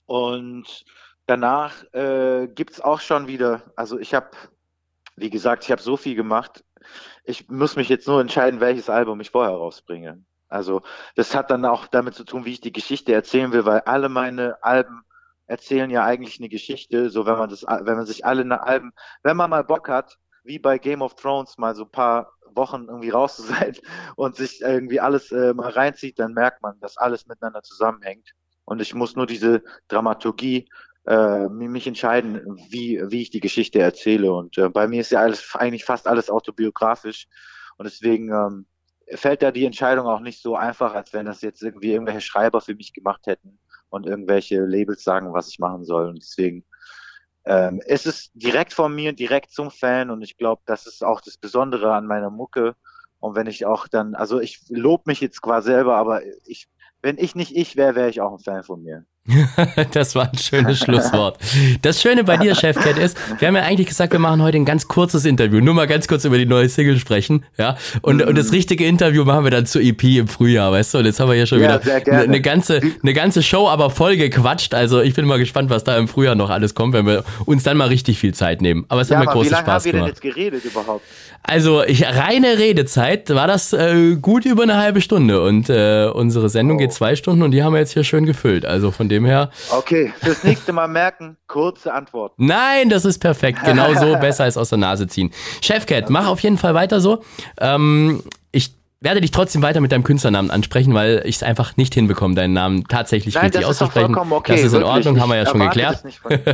Und danach äh, gibt's auch schon wieder, also ich habe, wie gesagt, ich habe so viel gemacht. Ich muss mich jetzt nur entscheiden, welches Album ich vorher rausbringe. Also das hat dann auch damit zu tun, wie ich die Geschichte erzählen will, weil alle meine Alben erzählen ja eigentlich eine Geschichte. So, wenn man das, wenn man sich alle eine Alben, wenn man mal Bock hat, wie bei Game of Thrones, mal so ein paar Wochen irgendwie raus zu sein und sich irgendwie alles äh, mal reinzieht, dann merkt man, dass alles miteinander zusammenhängt. Und ich muss nur diese Dramaturgie äh, mich entscheiden, wie wie ich die Geschichte erzähle. Und äh, bei mir ist ja alles eigentlich fast alles autobiografisch, und deswegen ähm, fällt da die Entscheidung auch nicht so einfach, als wenn das jetzt irgendwie irgendwelche Schreiber für mich gemacht hätten und irgendwelche Labels sagen, was ich machen soll. Und deswegen ähm, ist es direkt von mir, direkt zum Fan, und ich glaube, das ist auch das Besondere an meiner Mucke. Und wenn ich auch dann, also ich lobe mich jetzt zwar selber, aber ich, wenn ich nicht ich wäre, wäre ich auch ein Fan von mir. Das war ein schönes Schlusswort. Das Schöne bei dir, Chefcat, ist, wir haben ja eigentlich gesagt, wir machen heute ein ganz kurzes Interview, nur mal ganz kurz über die neue Single sprechen, ja, und, mm. und das richtige Interview machen wir dann zur E P im Frühjahr, weißt du, und jetzt haben wir ja schon ja, wieder eine ganze, eine ganze Show, aber voll gequatscht, also ich bin mal gespannt, was da im Frühjahr noch alles kommt, wenn wir uns dann mal richtig viel Zeit nehmen, aber es ja, hat mir großen Spaß gemacht. Wie lange haben wir denn jetzt geredet überhaupt? Also, ich, reine Redezeit war das äh, gut über eine halbe Stunde, und äh, unsere Sendung oh. geht zwei Stunden, und die haben wir jetzt hier schön gefüllt, also von dem her. Okay, fürs nächste Mal merken, kurze Antworten. Nein, das ist perfekt, genau so, besser als aus der Nase ziehen. Chefcat, mach auf jeden Fall weiter so. Ähm, ich werde dich trotzdem weiter mit deinem Künstlernamen ansprechen, weil ich es einfach nicht hinbekomme, deinen Namen tatsächlich Nein, richtig auszusprechen. Okay, das ist in wirklich. Ordnung, haben wir ja schon geklärt.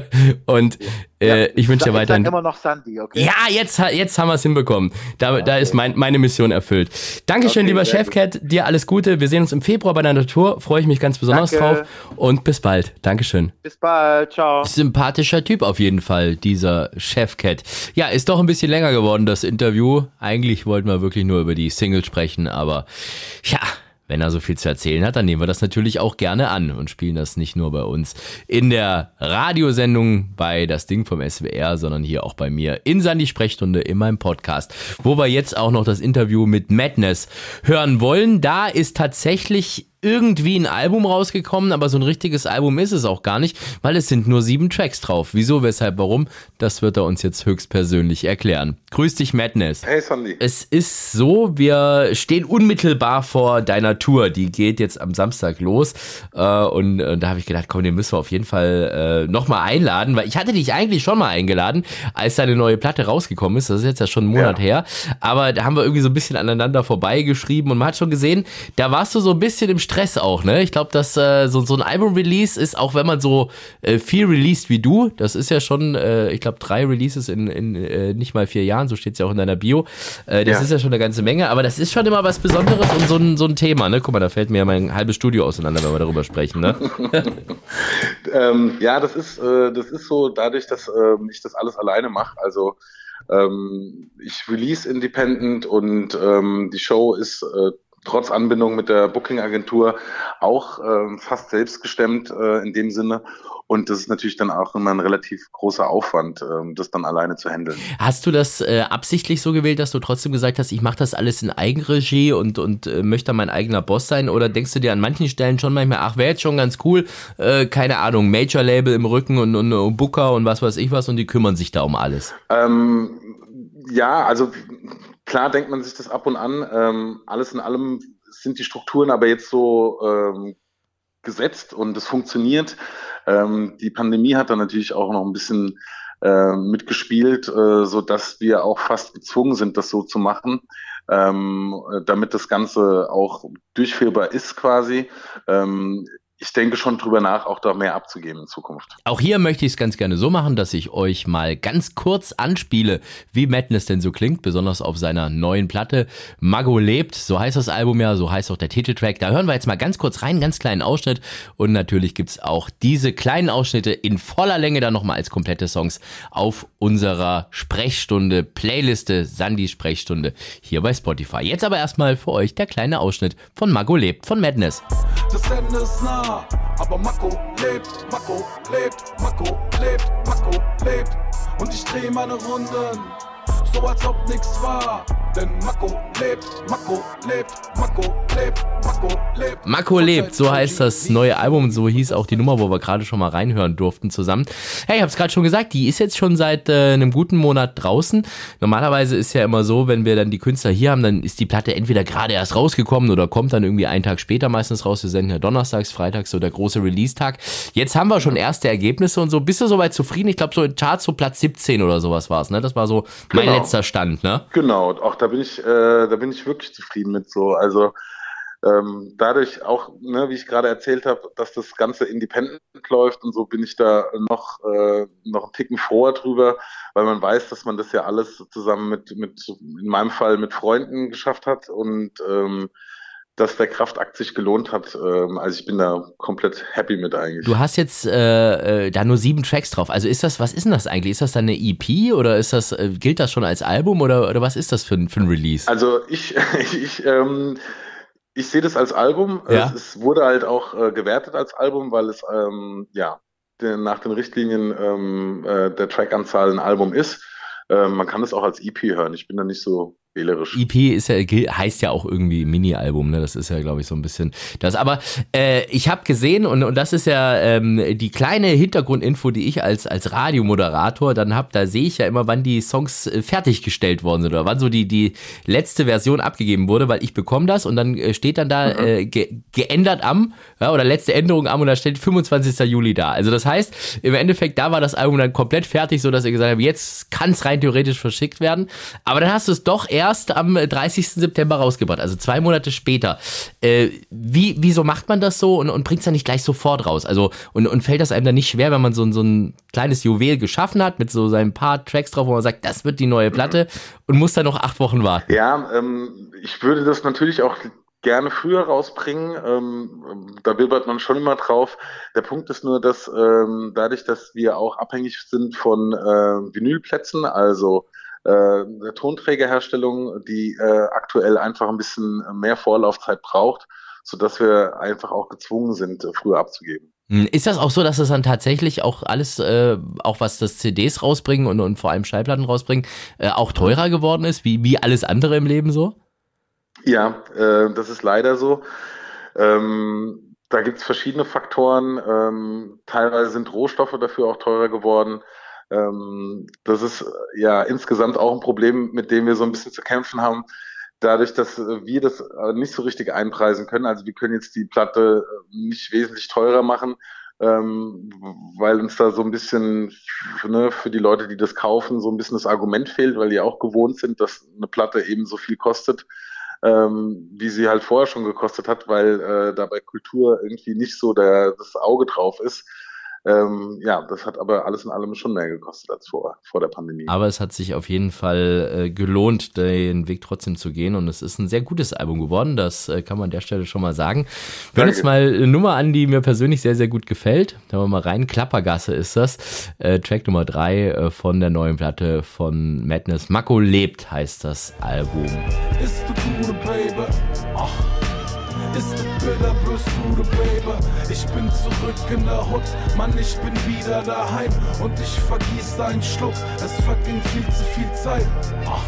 Und äh, ja, ich wünsche dir weiterhin. Ich sag immer noch Sandy, okay? Ja, jetzt, jetzt haben wir es hinbekommen. Da, okay. da ist mein, meine Mission erfüllt. Dankeschön, okay, lieber Chefcat, dir alles Gute. Wir sehen uns im Februar bei deiner Tour. Freue ich mich ganz besonders Danke. drauf. Und bis bald. Dankeschön. Bis bald. Ciao. Sympathischer Typ auf jeden Fall, dieser Chefcat. Ja, ist doch ein bisschen länger geworden, das Interview. Eigentlich wollten wir wirklich nur über die Single sprechen, aber ja, wenn er so viel zu erzählen hat, dann nehmen wir das natürlich auch gerne an und spielen das nicht nur bei uns in der Radiosendung bei Das Ding vom S W R, sondern hier auch bei mir in Sandy Sprechstunde in meinem Podcast, wo wir jetzt auch noch das Interview mit Madness hören wollen. Da ist tatsächlich irgendwie ein Album rausgekommen, aber so ein richtiges Album ist es auch gar nicht, weil es sind nur sieben Tracks drauf. Wieso, weshalb, warum? Das wird er uns jetzt höchstpersönlich erklären. Grüß dich, Madness. Hey, Sandy. Es ist so, wir stehen unmittelbar vor deiner Tour. Die geht jetzt am Samstag los. Äh, und, und da habe ich gedacht, komm, den müssen wir auf jeden Fall äh, nochmal einladen, weil ich hatte dich eigentlich schon mal eingeladen, als deine neue Platte rausgekommen ist. Das ist jetzt ja schon einen Monat ja. her. Aber da haben wir irgendwie so ein bisschen aneinander vorbeigeschrieben und man hat schon gesehen, da warst du so ein bisschen im Stress auch, ne? Ich glaube, dass äh, so, so ein Album-Release ist, auch wenn man so äh, viel released wie du, das ist ja schon, äh, ich glaube, drei Releases in, in äh, nicht mal vier Jahren, so steht es ja auch in deiner Bio. Äh, das ja. ist ja schon eine ganze Menge, aber das ist schon immer was Besonderes und so ein, so ein Thema, ne? Guck mal, da fällt mir ja mein halbes Studio auseinander, wenn wir darüber sprechen, ne? ähm, ja, das ist, äh, das ist so dadurch, dass äh, ich das alles alleine mache, also ähm, ich release independent und ähm, die Show ist äh, trotz Anbindung mit der Booking-Agentur auch äh, fast selbst gestemmt äh, in dem Sinne. Und das ist natürlich dann auch immer ein relativ großer Aufwand, äh, das dann alleine zu handeln. Hast du das äh, absichtlich so gewählt, dass du trotzdem gesagt hast, ich mache das alles in Eigenregie und, und äh, möchte mein eigener Boss sein? Oder denkst du dir an manchen Stellen schon manchmal, ach, wäre jetzt schon ganz cool, äh, keine Ahnung, Major-Label im Rücken und, und, und Booker und was weiß ich was und die kümmern sich da um alles? Ähm, ja, also klar denkt man sich das ab und an. Ähm, alles in allem sind die Strukturen aber jetzt so ähm, gesetzt und es funktioniert. Ähm, die Pandemie hat da natürlich auch noch ein bisschen äh, mitgespielt, äh, so dass wir auch fast gezwungen sind, das so zu machen, ähm, damit das Ganze auch durchführbar ist quasi. Ähm, Ich denke schon drüber nach, auch da mehr abzugeben in Zukunft. Auch hier möchte ich es ganz gerne so machen, dass ich euch mal ganz kurz anspiele, wie Madness denn so klingt, besonders auf seiner neuen Platte Mago lebt, so heißt das Album ja, so heißt auch der Titeltrack. Da hören wir jetzt mal ganz kurz rein, ganz kleinen Ausschnitt und natürlich gibt's auch diese kleinen Ausschnitte in voller Länge dann nochmal als komplette Songs auf unserer Sprechstunde, Playliste, Sandys Sprechstunde hier bei Spotify. Jetzt aber erstmal für euch der kleine Ausschnitt von Mago lebt, von Madness. Das Ende ist nah, aber Mako lebt, Mako lebt, Mako lebt, Mako lebt. Und ich dreh meine Runden, so als ob nix war. Denn Mako lebt, Mako lebt, Mako lebt, Mako lebt. Mako lebt, so heißt das neue Album und so hieß auch die Nummer, wo wir gerade schon mal reinhören durften zusammen. Hey, ich hab's gerade schon gesagt, die ist jetzt schon seit äh, einem guten Monat draußen. Normalerweise ist ja immer so, wenn wir dann die Künstler hier haben, dann ist die Platte entweder gerade erst rausgekommen oder kommt dann irgendwie einen Tag später meistens raus. Wir senden ja donnerstags, freitags so der große Release-Tag. Jetzt haben wir schon erste Ergebnisse und so. Bist du soweit zufrieden? Ich glaube, so in Charts so Platz siebzehn oder sowas war's, ne? Das war so mein Genau. letzter Stand, ne? Genau, auch da bin ich, äh, da bin ich wirklich zufrieden mit so. Also ähm, dadurch auch, ne, wie ich gerade erzählt habe, dass das Ganze independent läuft und so, bin ich da noch äh, noch einen Ticken froher drüber, weil man weiß, dass man das ja alles zusammen mit mit in meinem Fall mit Freunden geschafft hat und ähm, dass der Kraftakt sich gelohnt hat. Ähm, also ich bin da komplett happy mit eigentlich. Du hast jetzt äh, äh, da nur sieben Tracks drauf. Also ist das, was ist denn das eigentlich? Ist das dann eine E P oder ist das, äh, gilt das schon als Album oder, oder was ist das für ein, für ein Release? Also ich, ich, ähm, ich sehe das als Album. Ja. Es, es wurde halt auch äh, gewertet als Album, weil es ähm, ja den, nach den Richtlinien ähm, äh, der Trackanzahl ein Album ist. Ähm, man kann es auch als E P hören. Ich bin da nicht so wählerisch. E P ist ja, heißt ja auch irgendwie Mini-Album, ne? Das ist ja, glaube ich, so ein bisschen das. Aber äh, ich habe gesehen, und, und das ist ja ähm, die kleine Hintergrundinfo, die ich als, als Radiomoderator dann habe, da sehe ich ja immer, wann die Songs äh, fertiggestellt worden sind oder wann so die, die letzte Version abgegeben wurde, weil ich bekomme das und dann äh, steht dann da mhm. äh, ge- geändert am, ja, oder letzte Änderung am und da steht fünfundzwanzigster Juli da. Also das heißt, im Endeffekt, da war das Album dann komplett fertig, so dass ihr gesagt habt, jetzt kann es rein theoretisch verschickt werden. Aber dann hast du es doch erst am dreißigsten September rausgebracht, also zwei Monate später. Äh, wie, wieso macht man das so und, und bringt es dann nicht gleich sofort raus? Also und, und fällt das einem dann nicht schwer, wenn man so, so ein kleines Juwel geschaffen hat, mit so seinen paar Tracks drauf, wo man sagt, das wird die neue Platte und muss dann noch acht Wochen warten? Ja, ähm, ich würde das natürlich auch gerne früher rausbringen. Ähm, da bibbert man schon immer drauf. Der Punkt ist nur, dass ähm, dadurch, dass wir auch abhängig sind von äh, Vinylplätzen, also äh, der Tonträgerherstellung, die äh, aktuell einfach ein bisschen mehr Vorlaufzeit braucht, sodass wir einfach auch gezwungen sind, früher abzugeben. Ist das auch so, dass es dann tatsächlich auch alles, äh, auch was das C Ds rausbringen und, und vor allem Schallplatten rausbringen, äh, auch teurer geworden ist, wie, wie alles andere im Leben so? Ja, äh, das ist leider so. Ähm, da gibt es verschiedene Faktoren. Ähm, teilweise sind Rohstoffe dafür auch teurer geworden. Ähm, das ist ja insgesamt auch ein Problem, mit dem wir so ein bisschen zu kämpfen haben. Dadurch, dass wir das nicht so richtig einpreisen können. Also wir können jetzt die Platte nicht wesentlich teurer machen, ähm, weil uns da so ein bisschen, ne, für die Leute, die das kaufen, so ein bisschen das Argument fehlt, weil die auch gewohnt sind, dass eine Platte eben so viel kostet, ähm, wie sie halt vorher schon gekostet hat, weil äh, da bei Kultur irgendwie nicht so der, das Auge drauf ist. Ähm, ja, das hat aber alles in allem schon mehr gekostet als vor, vor der Pandemie. Aber es hat sich auf jeden Fall äh, gelohnt, den Weg trotzdem zu gehen und es ist ein sehr gutes Album geworden, das äh, kann man an der Stelle schon mal sagen. Wir hören jetzt mal eine Nummer an, die mir persönlich sehr, sehr gut gefällt. Da wir mal rein, Klappergasse ist das. Äh, Track Nummer drei äh, von der neuen Platte von Madness. Mako lebt heißt das Album. Ist du cool, Baby? Ach. Ist the bitter Brüstbude, Baby. Ich bin zurück in der Hood, Mann, ich bin wieder daheim. Und ich vergieß einen Schluck, es verging viel zu viel Zeit. Ach.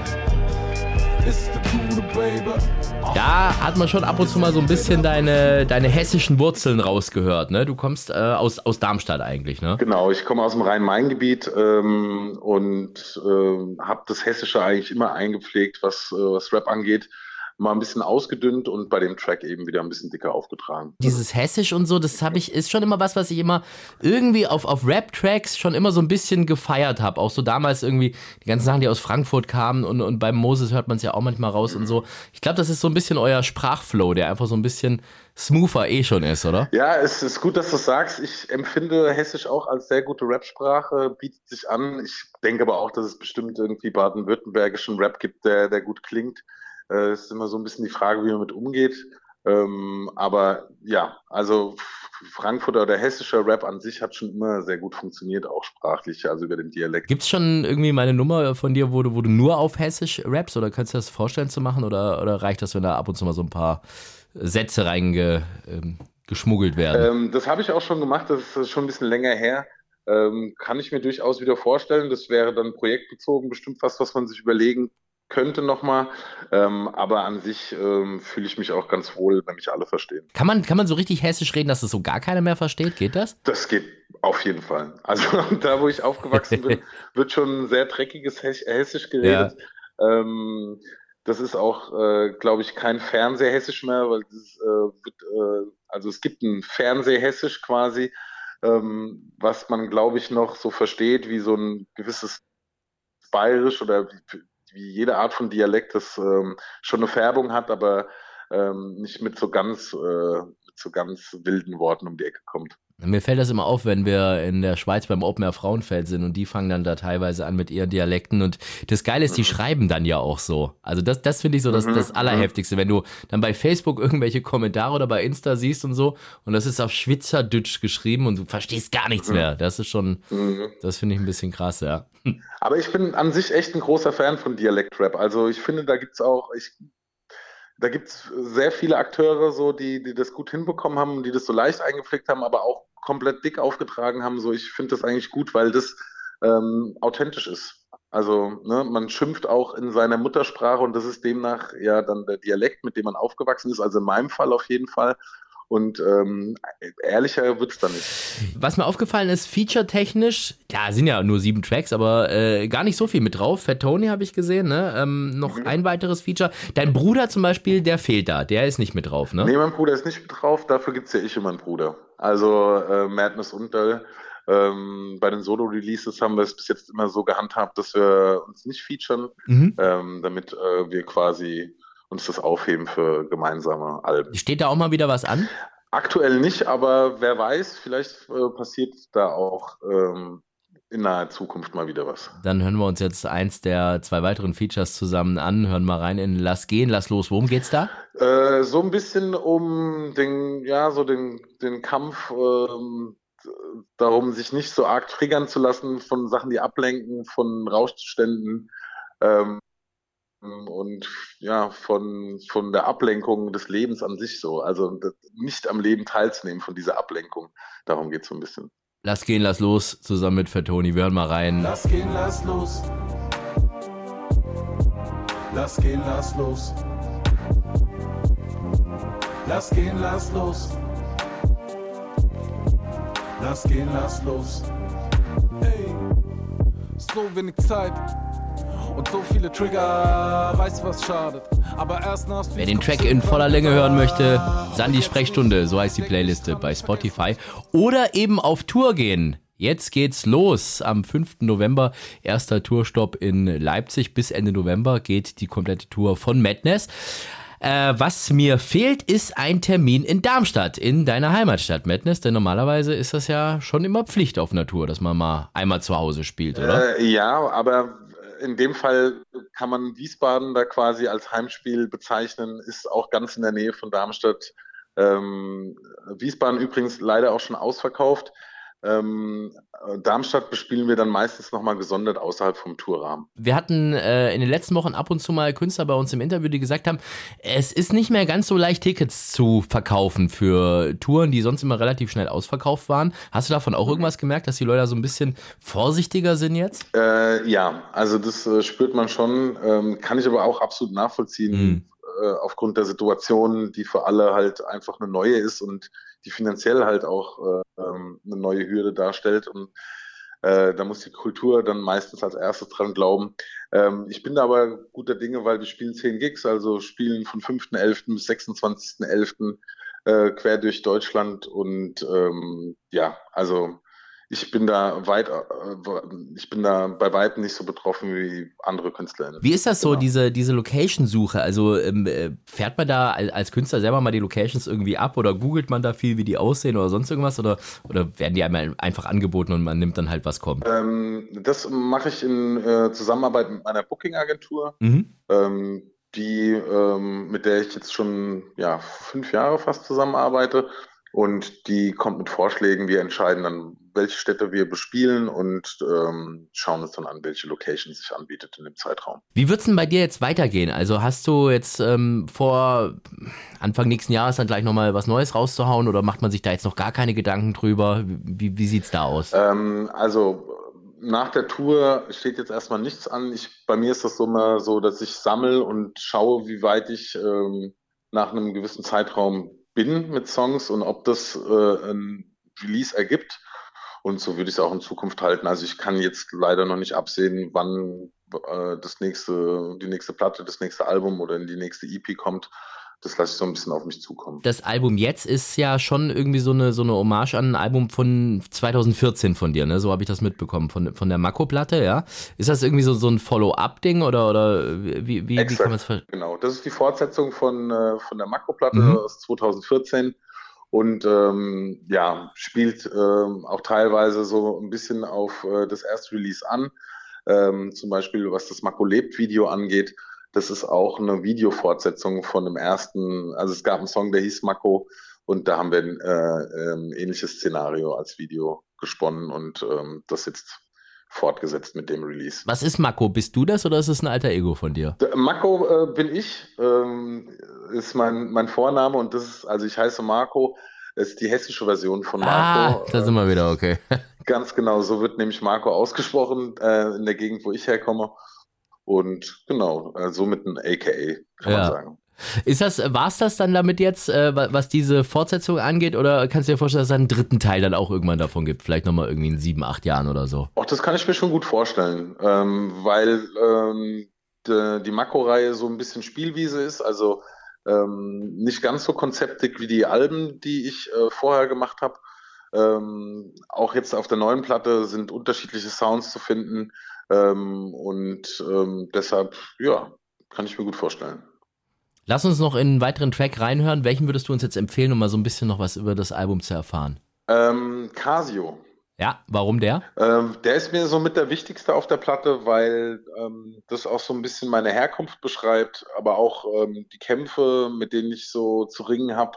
Ist the Bude, Baby. Ach. Da hat man schon ab und zu mal so ein bisschen deine, deine hessischen Wurzeln rausgehört, ne? Du kommst äh, aus, aus Darmstadt eigentlich, ne? Genau, ich komme aus dem Rhein-Main-Gebiet ähm, und äh, habe das Hessische eigentlich immer eingepflegt, was, äh, was Rap angeht. Mal ein bisschen ausgedünnt und bei dem Track eben wieder ein bisschen dicker aufgetragen. Dieses Hessisch und so, das habe ich, ist schon immer was, was ich immer irgendwie auf, auf Rap-Tracks schon immer so ein bisschen gefeiert habe. Auch so damals irgendwie die ganzen Sachen, die aus Frankfurt kamen und, und beim Moses hört man es ja auch manchmal raus und so. Ich glaube, das ist so ein bisschen euer Sprachflow, der einfach so ein bisschen smoother eh schon ist, oder? Ja, es ist gut, dass du sagst. Ich empfinde Hessisch auch als sehr gute Rap-Sprache, bietet sich an. Ich denke aber auch, dass es bestimmt irgendwie baden-württembergischen Rap gibt, der, der gut klingt. Es ist immer so ein bisschen die Frage, wie man mit umgeht. Ähm, aber ja, also Frankfurter oder hessischer Rap an sich hat schon immer sehr gut funktioniert, auch sprachlich, also über den Dialekt. Gibt's schon irgendwie mal eine Nummer von dir, wo du, wo du nur auf Hessisch rappst? Oder kannst du dir das vorstellen zu machen? Oder, oder reicht das, wenn da ab und zu mal so ein paar Sätze reingeschmuggelt werden? Ähm, das habe ich auch schon gemacht, das ist schon ein bisschen länger her. Ähm, kann ich mir durchaus wieder vorstellen. Das wäre dann projektbezogen bestimmt was, was man sich überlegen könnte nochmal, ähm, aber an sich ähm, fühle ich mich auch ganz wohl, wenn mich alle verstehen. Kann man, kann man so richtig hessisch reden, dass es so gar keiner mehr versteht? Geht das? Das geht auf jeden Fall. Also da, wo ich aufgewachsen bin, wird schon sehr dreckiges Hessisch geredet. Ja. Ähm, das ist auch, äh, glaube ich, kein Fernsehhessisch mehr, weil das, äh, wird, äh, also es gibt ein Fernsehhessisch quasi, ähm, was man, glaube ich, noch so versteht wie so ein gewisses Bayerisch oder wie, wie jede Art von Dialekt, das ähm, schon eine Färbung hat, aber ähm, nicht mit so ganz, äh, mit so ganz wilden Worten um die Ecke kommt. Mir fällt das immer auf, wenn wir in der Schweiz beim Open Air Frauenfeld sind und die fangen dann da teilweise an mit ihren Dialekten und das Geile ist, die mhm. schreiben dann ja auch so. Also das, das finde ich so das, mhm. das Allerheftigste, wenn du dann bei Facebook irgendwelche Kommentare oder bei Insta siehst und so und das ist auf Schweizerdeutsch geschrieben und du verstehst gar nichts mhm. mehr. Das ist schon, mhm. das finde ich ein bisschen krass, ja. Aber ich bin an sich echt ein großer Fan von Dialektrap. Also ich finde, da gibt's auch, ich Da gibt es sehr viele Akteure, so, die, die das gut hinbekommen haben, die das so leicht eingepflegt haben, aber auch komplett dick aufgetragen haben. So, ich finde das eigentlich gut, weil das ähm, authentisch ist. Also ne, man schimpft auch in seiner Muttersprache und das ist demnach ja dann der Dialekt, mit dem man aufgewachsen ist. Also in meinem Fall auf jeden Fall. Und ähm, ehrlicher wird's dann nicht. Was mir aufgefallen ist, feature-technisch, ja, sind ja nur sieben Tracks, aber äh, gar nicht so viel mit drauf. Fat Tony habe ich gesehen, ne? Ähm, noch mhm. ein weiteres Feature. Dein Bruder zum Beispiel, der fehlt da, der ist nicht mit drauf, ne? Nee, mein Bruder ist nicht mit drauf, dafür gibt's ja ich und meinen Bruder. Also äh, Madness und Döll. Ähm, bei den Solo-Releases haben wir es bis jetzt immer so gehandhabt, dass wir uns nicht featuren, mhm. ähm, damit äh, wir quasi uns das aufheben für gemeinsame Alben. Steht da auch mal wieder was an? Aktuell nicht, aber wer weiß, vielleicht äh, passiert da auch ähm, in naher Zukunft mal wieder was. Dann hören wir uns jetzt eins der zwei weiteren Features zusammen an, hören mal rein in Lass gehen, lass los. Worum geht's da? Äh, so ein bisschen um den, ja, so den, den Kampf ähm, darum, sich nicht so arg triggern zu lassen von Sachen, die ablenken, von Rauschzuständen, ähm, und ja, von, von der Ablenkung des Lebens an sich so. Also nicht am Leben teilzunehmen von dieser Ablenkung. Darum geht es so ein bisschen. Lass gehen, lass los, zusammen mit Fat Tony. Wir hören mal rein. Lass gehen, lass los. Lass gehen, lass los. Lass gehen, lass los. Lass gehen, lass los. Ey, so wenig Zeit. Und so viele Trigger, weiß was schadet. Aber erst nach Wer den Track in voller Länge hören möchte, Sandy Sprechstunde, so heißt die Playliste bei Spotify. Oder eben auf Tour gehen. Jetzt geht's los. Am fünften November, erster Tourstopp in Leipzig. Bis Ende November geht die komplette Tour von Madness. Äh, was mir fehlt, ist ein Termin in Darmstadt, in deiner Heimatstadt, Madness. Denn normalerweise ist das ja schon immer Pflicht auf einer Tour, dass man mal einmal zu Hause spielt, oder? Äh, ja, aber in dem Fall kann man Wiesbaden da quasi als Heimspiel bezeichnen, ist auch ganz in der Nähe von Darmstadt. Ähm, Wiesbaden übrigens leider auch schon ausverkauft. Ähm, Darmstadt bespielen wir dann meistens nochmal gesondert außerhalb vom Tourrahmen. Wir hatten äh, in den letzten Wochen ab und zu mal Künstler bei uns im Interview, die gesagt haben, es ist nicht mehr ganz so leicht, Tickets zu verkaufen für Touren, die sonst immer relativ schnell ausverkauft waren. Hast du davon auch irgendwas gemerkt, dass die Leute so ein bisschen vorsichtiger sind jetzt? Äh, ja, also das äh, spürt man schon, ähm, kann ich aber auch absolut nachvollziehen, Mhm. äh, aufgrund der Situation, die für alle halt einfach eine neue ist und die finanziell halt auch äh, ähm, eine neue Hürde darstellt. Und äh, da muss die Kultur dann meistens als erstes dran glauben. Ähm, ich bin da aber guter Dinge, weil wir spielen zehn Gigs, also spielen von fünften elften bis sechsundzwanzigsten elften äh, quer durch Deutschland. Und ähm, ja, also ich bin da weit, äh, ich bin da bei weitem nicht so betroffen wie andere KünstlerInnen. Wie ist das so, Genau. diese, diese Location-Suche? Also ähm, äh, fährt man da al- als Künstler selber mal die Locations irgendwie ab oder googelt man da viel, wie die aussehen oder sonst irgendwas? Oder, oder werden die einem einfach angeboten und man nimmt dann halt, was kommt? Ähm, das mache ich in äh, Zusammenarbeit mit meiner Booking-Agentur, Mhm. ähm, die, ähm, mit der ich jetzt schon ja, fünf Jahre fast zusammenarbeite. Und die kommt mit Vorschlägen. Wir entscheiden dann, welche Städte wir bespielen und ähm, schauen uns dann an, welche Location sich anbietet in dem Zeitraum. Wie wird's denn bei dir jetzt weitergehen? Also hast du jetzt ähm, vor Anfang nächsten Jahres dann gleich nochmal was Neues rauszuhauen oder macht man sich da jetzt noch gar keine Gedanken drüber? Wie, wie sieht's da aus? Ähm, also nach der Tour steht jetzt erstmal nichts an. Ich, bei mir ist das so immer so, dass ich sammle und schaue, wie weit ich ähm, nach einem gewissen Zeitraum bin mit Songs und ob das äh, ein Release ergibt. Und so würde ich es auch in Zukunft halten. Also ich kann jetzt leider noch nicht absehen, wann äh, das nächste, die nächste Platte, das nächste Album oder in die nächste E P kommt. Das lasse ich so ein bisschen auf mich zukommen. Das Album jetzt ist ja schon irgendwie so eine, so eine Hommage an ein Album von zwanzig vierzehn von dir, ne? So habe ich das mitbekommen, von, von der Mako-Platte, ja? Ist das irgendwie so, so ein Follow-up-Ding oder, oder wie, wie, wie Exakt, kann man es ver... genau. Das ist die Fortsetzung von, äh, von der Mako-Platte Mhm. aus zwanzig vierzehn und ähm, ja, spielt ähm, auch teilweise so ein bisschen auf äh, das erste Release an. Ähm, zum Beispiel, was das Mako lebt-Video angeht. Das ist auch eine Videofortsetzung von dem ersten, also es gab einen Song, der hieß Mako und da haben wir ein äh, ähm, ähnliches Szenario als Video gesponnen und ähm, das jetzt fortgesetzt mit dem Release. Was ist Mako? Bist du das oder ist es ein alter Ego von dir? Der Mako äh, bin ich, ähm, ist mein, mein Vorname und das ist, also ich heiße Marco, ist die hessische Version von Marco. Ah, da sind wir wieder, okay. Ganz genau, so wird nämlich Marco ausgesprochen äh, in der Gegend, wo ich herkomme. Und genau, äh, somit ein A K A, kann Ja. man sagen. Ist das, war's das dann damit jetzt, äh, wa- was diese Fortsetzung angeht, oder kannst du dir vorstellen, dass es einen dritten Teil dann auch irgendwann davon gibt? Vielleicht nochmal irgendwie in sieben, acht Jahren oder so. Auch das kann ich mir schon gut vorstellen, ähm, weil ähm, de, die Mako-Reihe so ein bisschen Spielwiese ist, also ähm, nicht ganz so konzeptig wie die Alben, die ich äh, vorher gemacht habe. Ähm, auch jetzt auf der neuen Platte sind unterschiedliche Sounds zu finden ähm, und ähm, deshalb, ja, kann ich mir gut vorstellen. Lass uns noch in einen weiteren Track reinhören. Welchen würdest du uns jetzt empfehlen, um mal so ein bisschen noch was über das Album zu erfahren? Ähm, Casio. Ja, warum der? Ähm, der ist mir so mit der wichtigste auf der Platte, weil ähm, das auch so ein bisschen meine Herkunft beschreibt, aber auch ähm, die Kämpfe, mit denen ich so zu ringen habe.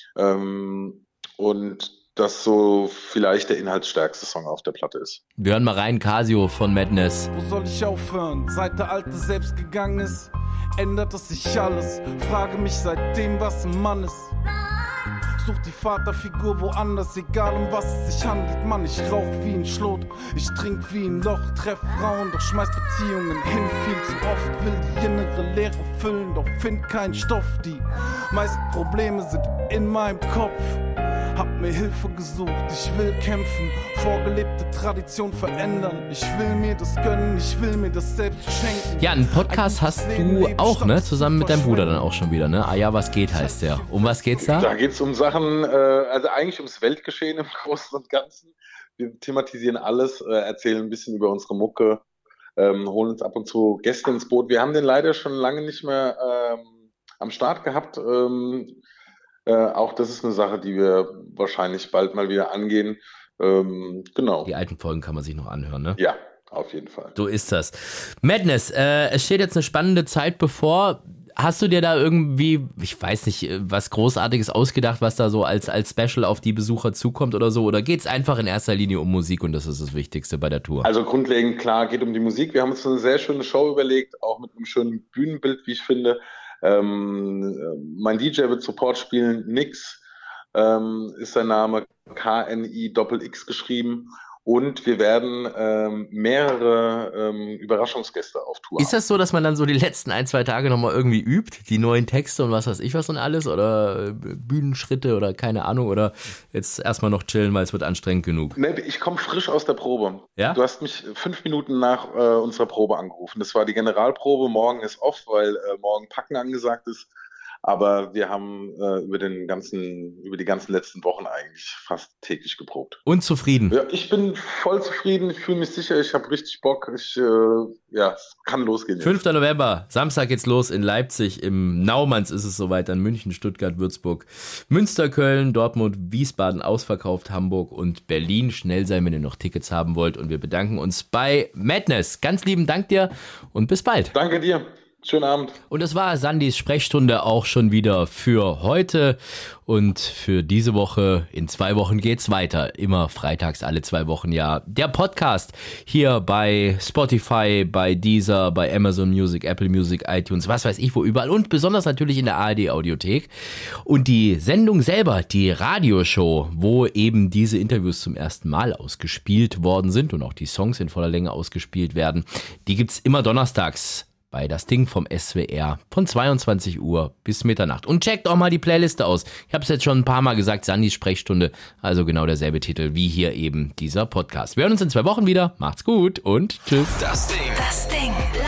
Ähm, und das so vielleicht der inhaltsstärkste Song auf der Platte ist. Wir hören mal rein, Casio von Madness. Wo soll ich aufhören? Seit der Alte selbst gegangen ist, ändert es sich alles. Frage mich seitdem, was ein Mann ist. Such die Vaterfigur woanders, egal um was es sich handelt. Mann, ich rauch wie ein Schlot, ich trink wie ein Loch, treff Frauen, doch schmeiß Beziehungen hin. Viel zu oft will die innere Leere füllen, doch find keinen Stoff. Die meisten Probleme sind in meinem Kopf. Hab mir Hilfe gesucht, ich will kämpfen, vorgelebte Tradition verändern. Ich will mir das gönnen, ich will mir das selbst schenken. Ja, einen Podcast hast du auch, ne? Zusammen mit deinem Bruder dann auch schon wieder, ne? Ah ja, was geht heißt der. Um was geht's da? Da geht es um Sachen, äh, also eigentlich ums Weltgeschehen im Großen und Ganzen. Wir thematisieren alles, äh, erzählen ein bisschen über unsere Mucke, ähm, holen uns ab und zu Gäste ins Boot. Wir haben den leider schon lange nicht mehr ähm, am Start gehabt. Ähm, äh, auch das ist eine Sache, die wir wahrscheinlich bald mal wieder angehen. Ähm, genau. Die alten Folgen kann man sich noch anhören, ne? Ja, auf jeden Fall. So ist das. Madness, äh, es steht jetzt eine spannende Zeit bevor. hast du dir da irgendwie, ich weiß nicht, was Großartiges ausgedacht, was da so als, als Special auf die Besucher zukommt oder so? Oder geht es einfach in erster Linie um Musik und das ist das Wichtigste bei der Tour? Also grundlegend klar, geht um die Musik. Wir haben uns eine sehr schöne Show überlegt, auch mit einem schönen Bühnenbild, wie ich finde. Ähm, mein D J wird Support spielen, Nix ähm, ist sein Name, K N I X X geschrieben. Und wir werden ähm, mehrere ähm, Überraschungsgäste auf Tour haben. Ist das so, dass man dann so die letzten ein, zwei Tage nochmal irgendwie übt? Die neuen Texte und was weiß ich was und alles? Oder Bühnenschritte oder keine Ahnung? Oder jetzt erstmal noch chillen, weil es wird anstrengend genug? Nee, ich komme frisch aus der Probe. Ja? Du hast mich fünf Minuten nach äh, unserer Probe angerufen. Das war die Generalprobe. Morgen ist off, weil äh, morgen Packen angesagt ist. Aber wir haben äh, über den ganzen, über die ganzen letzten Wochen eigentlich fast täglich geprobt. Und zufrieden? Ja, ich bin voll zufrieden, ich fühle mich sicher, ich habe richtig Bock. Ich, äh, ja, es kann losgehen jetzt. fünfter November, Samstag geht's los in Leipzig. Im Naumanns ist es soweit, dann München, Stuttgart, Würzburg, Münster, Köln, Dortmund, Wiesbaden, ausverkauft, Hamburg und Berlin. Schnell sein, wenn ihr noch Tickets haben wollt. Und wir bedanken uns bei Madness. Ganz lieben Dank dir und bis bald. Danke dir. Schönen Abend. Und das war Sandys Sprechstunde auch schon wieder für heute und für diese Woche. In zwei Wochen geht's weiter. Immer freitags alle zwei Wochen, ja. Der Podcast hier bei Spotify, bei Deezer, bei Amazon Music, Apple Music, iTunes, was weiß ich wo überall und besonders natürlich in der A R D Audiothek. Und die Sendung selber, die Radioshow, wo eben diese Interviews zum ersten Mal ausgespielt worden sind und auch die Songs in voller Länge ausgespielt werden, die gibt's immer donnerstags bei Das Ding vom S W R von zweiundzwanzig Uhr bis Mitternacht. Und checkt auch mal die Playliste aus. Ich habe es jetzt schon ein paar Mal gesagt, Sandys Sprechstunde, also genau derselbe Titel wie hier eben dieser Podcast. Wir hören uns in zwei Wochen wieder. Macht's gut und tschüss. Das Ding. Das Ding.